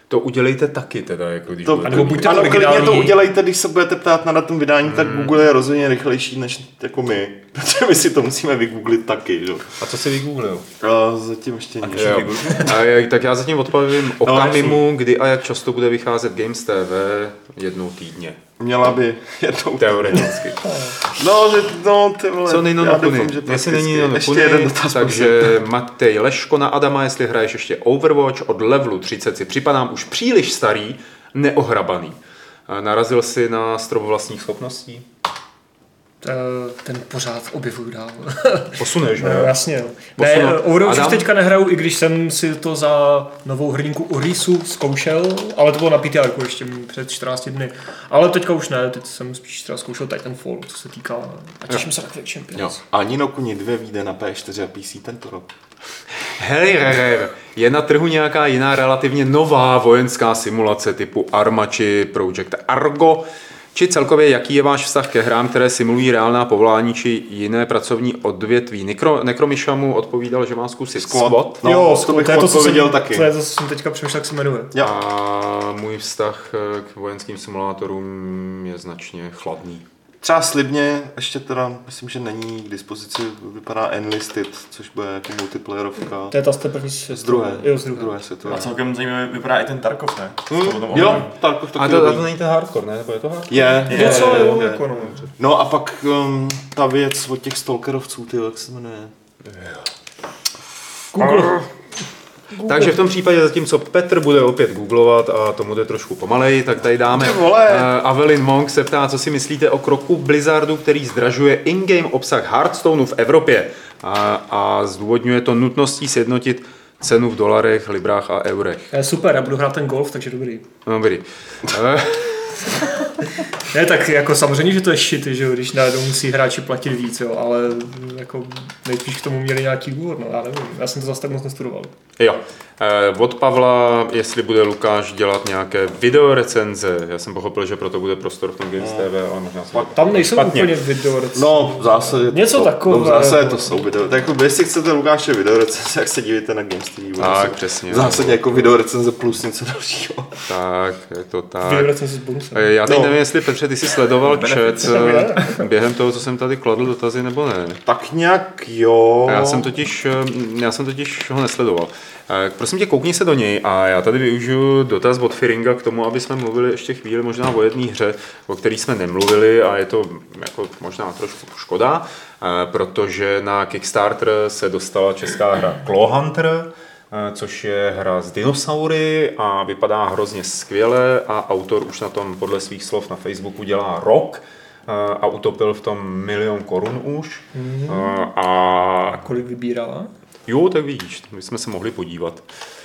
Speaker 2: To udělejte taky teda, jako když
Speaker 4: To,
Speaker 2: budete
Speaker 1: nebo
Speaker 2: mít.
Speaker 1: buďte
Speaker 4: ano, klidně to
Speaker 1: originální.
Speaker 4: udělejte, když se budete ptát na datum vydání, tak Google je rozhodně rychlejší než jako my. Protože my si to musíme vygooglit taky, že?
Speaker 2: A co si vygooglil?
Speaker 4: A zatím ještě nic.
Speaker 2: Jo. Tak já zatím odpovím Okamimu, kdy a jak často bude vycházet Games TV jednou týdně.
Speaker 4: Měla by jednou.
Speaker 2: Teoreticky.
Speaker 4: Ty vole.
Speaker 2: Co nejno
Speaker 4: já
Speaker 2: na
Speaker 4: doufám,
Speaker 2: Puny?
Speaker 4: že
Speaker 2: Jestli
Speaker 4: prakticky.
Speaker 2: není na
Speaker 4: Ještě
Speaker 2: Puny,
Speaker 4: jeden dotaz.
Speaker 2: takže Matej Leško na Adama, jestli hraješ ještě Overwatch, od levelu 30 si připadám už příliš starý, neohrabaný. Narazil si na strop vlastních schopností?
Speaker 1: Ten pořád objevuju dál.
Speaker 2: Posuneš,
Speaker 1: No,
Speaker 2: ne?
Speaker 1: jasně.
Speaker 2: Posunu.
Speaker 1: Ne, Overwatch už
Speaker 2: Adam?
Speaker 1: teďka nehraju, i když jsem si to za novou hrdinku Orisu zkoušel, ale to bylo na PTR ještě před 14 dny. Ale teďka už ne, teď jsem spíš třeba zkoušel Titanfall, co se týká. A těším se na Quake Champions.
Speaker 4: A Ni no Kuni 2 vyjde na P4 a PC tento rok.
Speaker 2: Hele, je na trhu nějaká jiná relativně nová vojenská simulace typu Arma či Project Argo? Či celkově, jaký je váš vztah ke hrám, které simulují reálná povolání či jiné pracovní odvětví? Necromyshamu odpovídal, že má zkusit SWAT.
Speaker 4: No,
Speaker 1: Jo,
Speaker 4: to bych
Speaker 1: to je to, co
Speaker 4: odpověděl
Speaker 1: jsem,
Speaker 4: taky.
Speaker 1: to je to, co jsem teďka přemýšlel, jak se jmenuje.
Speaker 4: Jo.
Speaker 2: A můj vztah k vojenským simulátorům je značně chladný.
Speaker 4: Třeba slibně, ještě teda, myslím, že není k dispozici, vypadá Enlisted, což bude jako multiplayerovka.
Speaker 1: To je ta z té první
Speaker 4: Z druhé.
Speaker 1: Jo, z druhé.
Speaker 4: druhé světové.
Speaker 3: A celkem zajímavě vypadá i ten Tarkov, ne?
Speaker 4: Jo, Tarkov taky
Speaker 2: A to
Speaker 4: dobrý.
Speaker 2: není ten hardcore, ne? Nebo je to hardcore?
Speaker 4: Je.
Speaker 1: Docela jo, jako no.
Speaker 4: No a pak ta věc od těch stalkerovců, ty, jak se jmenuje?
Speaker 1: Google.
Speaker 2: Takže v tom případě, zatímco Petr bude opět googlovat a tomu jde trošku pomalej, tak tady dáme.
Speaker 4: Ty vole.
Speaker 2: Avelin Monk se ptá, co si myslíte o kroku Blizzardu, který zdražuje in-game obsah Hearthstoneu v Evropě a zdůvodňuje to nutností sjednotit cenu v dolarech, librách a eurech.
Speaker 1: Super, já budu hrát ten golf, takže dobrý.
Speaker 2: Dobrý.
Speaker 1: Ne, tak jako samozřejmě, že to je shit, že jo, když najednou musí hráči platit víc, jo, ale jako nejspíš k tomu měli nějaký důvod, no já nevím, já jsem to zase tak moc nestudoval.
Speaker 2: Jo. Od Pavla, jestli bude Lukáš dělat nějaké videorecenze. Já jsem pochopil, že proto bude prostor v tom Games TV, ale možná jsem
Speaker 1: Tam nejsou
Speaker 2: špatně.
Speaker 1: úplně video.
Speaker 4: No, v zásadě
Speaker 1: Něco
Speaker 4: to,
Speaker 1: takové.
Speaker 4: No, v zásadě to jsou video. Tak jako, jestli chcete Lukáše videorecenze, jak se dívejte na Games TV.
Speaker 2: Tak, přesně.
Speaker 4: V zásadě jako videorecenze plus něco dalšího.
Speaker 2: Tak, je to tak.
Speaker 1: Video recenze s bonusem.
Speaker 2: Já teď
Speaker 4: No.
Speaker 2: nevím, jestli Petře, ty jsi sledoval chat během toho, co jsem tady kladl dotazy, nebo ne.
Speaker 4: Tak nějak jo.
Speaker 2: Já jsem totiž ho nesledoval. Prosím tě, koukni se do něj a já tady využiju dotaz od Firinga k tomu, aby jsme mluvili ještě chvíli možná o jedné hře, o které jsme nemluvili a je to jako možná trošku škoda, protože na Kickstarter se dostala česká hra Clawhunter, což je hra s dinosaury a vypadá hrozně skvěle a autor už na tom podle svých slov na Facebooku dělá rok a utopil v tom 1 000 000 korun už. A
Speaker 1: Kolik vybírala?
Speaker 2: jo, tak vidíš, my jsme se mohli podívat.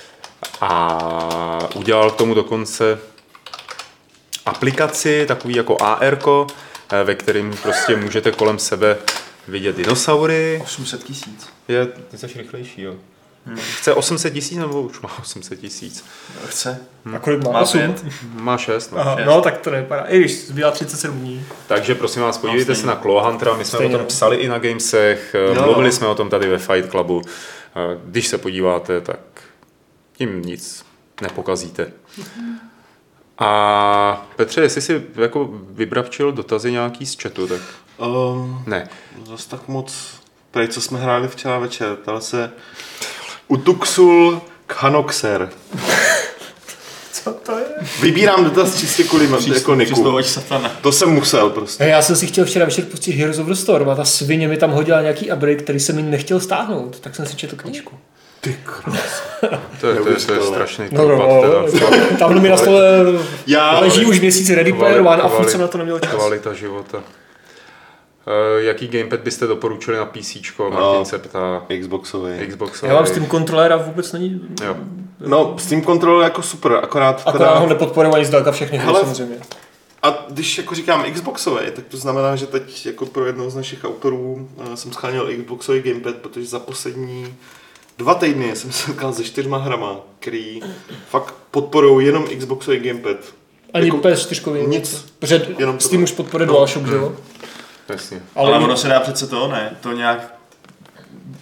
Speaker 2: A udělal k tomu dokonce aplikaci, takový jako AR-ko, ve kterým prostě můžete kolem sebe vidět dinosaury.
Speaker 3: 800 000.
Speaker 2: Ty jsi rychlejší, jo. Chce 800 000 nebo už má 800 000?
Speaker 3: Chce.
Speaker 1: A kolik má?
Speaker 3: Má
Speaker 1: 8?
Speaker 3: 5.
Speaker 2: Má 6, no.
Speaker 1: Aha, no tak to nevypadá. I když zbývá 37 dní.
Speaker 2: Takže prosím vás, podívejte se na Clawhuntera, my jsme
Speaker 1: Stejně.
Speaker 2: o tom psali i na Gamesech, mluvili jsme o tom tady ve Fight Clubu. Když se podíváte, tak tím nic nepokazíte. A Petře, jestli jsi jako vybravčil dotazy nějaký z chatu, tak ne.
Speaker 4: Zas tak moc, prej, co jsme hráli včera večer, ptal se Utuxul Khanoxer.
Speaker 1: Co to je?
Speaker 4: Vybírám dotaz čistě kvůli jako Niku.
Speaker 3: Přislovoč satana.
Speaker 4: To jsem musel prostě.
Speaker 1: Já jsem si chtěl včera večer pustit Heroes of the Storm a ta svině mi tam hodila nějaký upgrade, který jsem mi nechtěl stáhnout, tak jsem si četl knížku.
Speaker 4: Ty krás.
Speaker 2: To je strašný
Speaker 1: No,
Speaker 2: trpat, teda.
Speaker 1: tamhle mi na stole
Speaker 4: Já
Speaker 1: leží už měsíc Ready Player One a furt jsem na to neměl čas.
Speaker 2: Kvalita života. Jaký gamepad byste doporučili na PC? Martin se ptá.
Speaker 4: Xboxový.
Speaker 2: Xboxový.
Speaker 1: Já mám s tím kontrolera vůbec není...
Speaker 2: Jo.
Speaker 4: No, Steam Controller jako super, akorát
Speaker 1: ho nepodporuji ani zdaleka všechny hry,
Speaker 4: Hele,
Speaker 1: samozřejmě.
Speaker 4: A když jako říkám Xboxový, tak to znamená, že teď jako pro jednoho z našich autorů jsem scháněl Xboxový gamepad, protože za poslední 2 týdny jsem se setkal se 4 hrama, který fakt podporují jenom Xboxový gamepad.
Speaker 1: Ani
Speaker 4: jako
Speaker 1: PS4
Speaker 4: nic.
Speaker 1: Protože
Speaker 4: Jenom
Speaker 1: Steam
Speaker 4: to.
Speaker 1: už podporuje DualShock, že jo?
Speaker 2: Jasně.
Speaker 3: Ale ono se dá přece to, ne? To nějak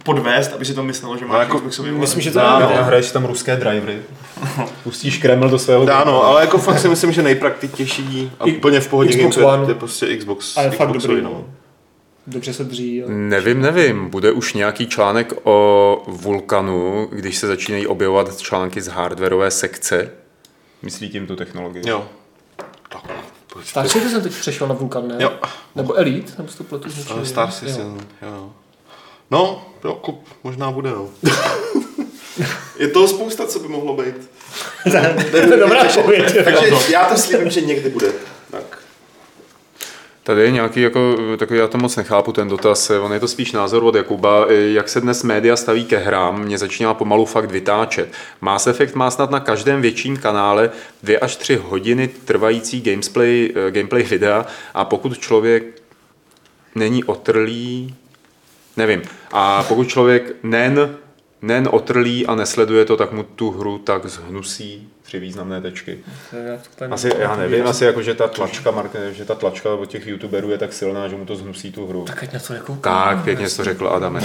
Speaker 3: podvést, aby si to myslelo, že máš
Speaker 4: jako,
Speaker 3: Xboxový
Speaker 1: Myslím, že to
Speaker 2: Hraješ tam ruské drivery. Pustíš Kreml do svého...
Speaker 4: Dáno, ale jako fakt si myslím, že nejpraktičtější a úplně v pohodě
Speaker 1: Xbox
Speaker 4: gamepad
Speaker 1: One.
Speaker 4: je prostě Xbox.
Speaker 1: A je fakt
Speaker 4: Xboxový,
Speaker 1: dobrý, no. Dobře se dří.
Speaker 2: Nevím. Bude už nějaký článek o Vulkanu, když se začínají objevovat články z hardwareové sekce? Myslí tím tu technologii?
Speaker 4: Jo.
Speaker 1: Star Citizen teď přešel na Vulkan, ne?
Speaker 4: Jo.
Speaker 1: Nebo Elite, tam to pletu s něčím.
Speaker 4: Star Citizen, jo. No, jako možná bude, no. Je toho spousta, co by mohlo být.
Speaker 1: To je dobrá pověď.
Speaker 4: Takže já to slíbím, že někdy bude. Tak.
Speaker 2: Tady je nějaký, jako, takový, já to moc nechápu, ten dotaz, on je to spíš názor od Jakuba, jak se dnes média staví ke hrám, mě začíná pomalu fakt vytáčet. Mass Effect má snad na každém větším kanále 2 až 3 hodiny trvající gameplay videa a pokud člověk není otrlý, nevím, a pokud člověk nen otrlý a nesleduje to, tak mu tu hru tak zhnusí 3 významné tečky. Asi, já nevím, asi jako, že ta tlačka od těch youtuberů je tak silná, že mu to zhnusí tu hru.
Speaker 1: Tak ať na to nekoukám.
Speaker 2: Tak, pěkně jsi to řekl, Adame.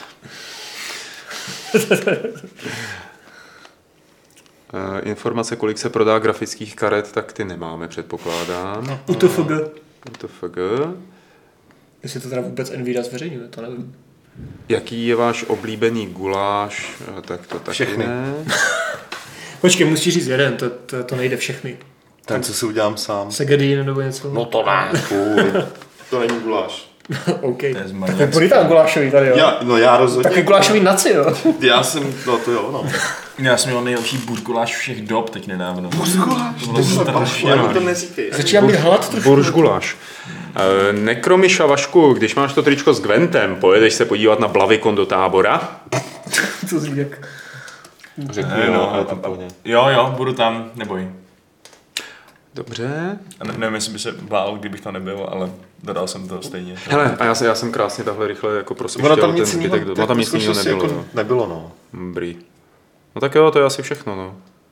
Speaker 2: Informace, kolik se prodá grafických karet, tak ty nemáme, předpokládám.
Speaker 1: UTFG.
Speaker 2: UTFG.
Speaker 1: Jestli to teda vůbec Nvidia zveřejňuje, to nevím.
Speaker 2: Jaký je váš oblíbený guláš? Tak to taky
Speaker 4: Všechny.
Speaker 2: ne.
Speaker 1: Počkej, musíš říct jeden, to nejde všechny.
Speaker 4: Ten, co si udělám sám.
Speaker 1: Segedin nebo něco?
Speaker 4: No to ne. To není guláš.
Speaker 1: OK.
Speaker 3: To je
Speaker 1: Tak
Speaker 3: zmarněc.
Speaker 1: je politán gulášový tady, jo?
Speaker 4: Já rozhodně.
Speaker 1: Tak je gulášový naci, jo?
Speaker 4: Já jsem, no to jo, no.
Speaker 3: Já jsem měl nejlepší burguláš všech dob teď nedávno.
Speaker 4: Guláš,
Speaker 3: To bylo strašně
Speaker 4: ani to
Speaker 3: dobrý.
Speaker 4: neříkej.
Speaker 1: Začínám mít hlad trošku.
Speaker 2: Burž guláš. Nekromiša Vašku, když máš to tričko s Gwentem, pojedeš se podívat na Blavikon do Tábora?
Speaker 1: Co zní jak...
Speaker 2: Řekni
Speaker 3: Jo, budu tam, neboj.
Speaker 2: Dobře.
Speaker 3: A nevím, jestli by se bál, kdybych tam nebyl, ale dodal jsem to stejně.
Speaker 2: Hele, a já jsem krásně takhle rychle jako
Speaker 4: Ono
Speaker 2: prosvištěl
Speaker 4: tam
Speaker 2: ten
Speaker 4: nic
Speaker 2: zbytek.
Speaker 4: jiného,
Speaker 2: No tam nic jiného nebylo.
Speaker 4: jako
Speaker 2: No.
Speaker 4: nebylo, no.
Speaker 2: Dobrý. No tak jo, to je asi všechno, no.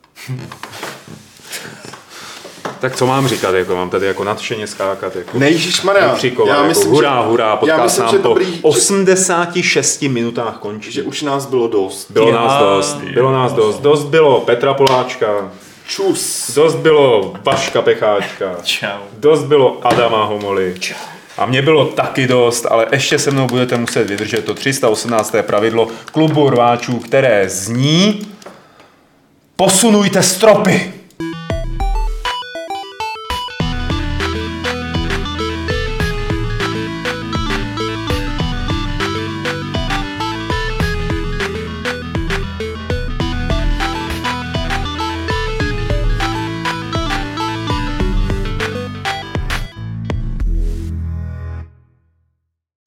Speaker 2: Tak co mám říkat, jako mám tady jako nadšeně skákat, jako
Speaker 4: Nejžišmarja,
Speaker 2: křikovat,
Speaker 4: já
Speaker 2: jako
Speaker 4: myslím,
Speaker 2: hurá,
Speaker 4: já
Speaker 2: podcast
Speaker 4: myslím,
Speaker 2: nám
Speaker 4: že
Speaker 2: po
Speaker 4: dobrý,
Speaker 2: 86 minutách končí.
Speaker 4: že už nás bylo dost.
Speaker 2: Bylo nás dost. Dost bylo Petra Poláčka,
Speaker 4: Čus.
Speaker 2: dost bylo Vaška Pecháčka,
Speaker 3: Čau.
Speaker 2: dost bylo Adama Homoly. A mě bylo taky dost, ale ještě se mnou budete muset vydržet to 318. pravidlo klubu rváčů, které zní: posunujte stropy!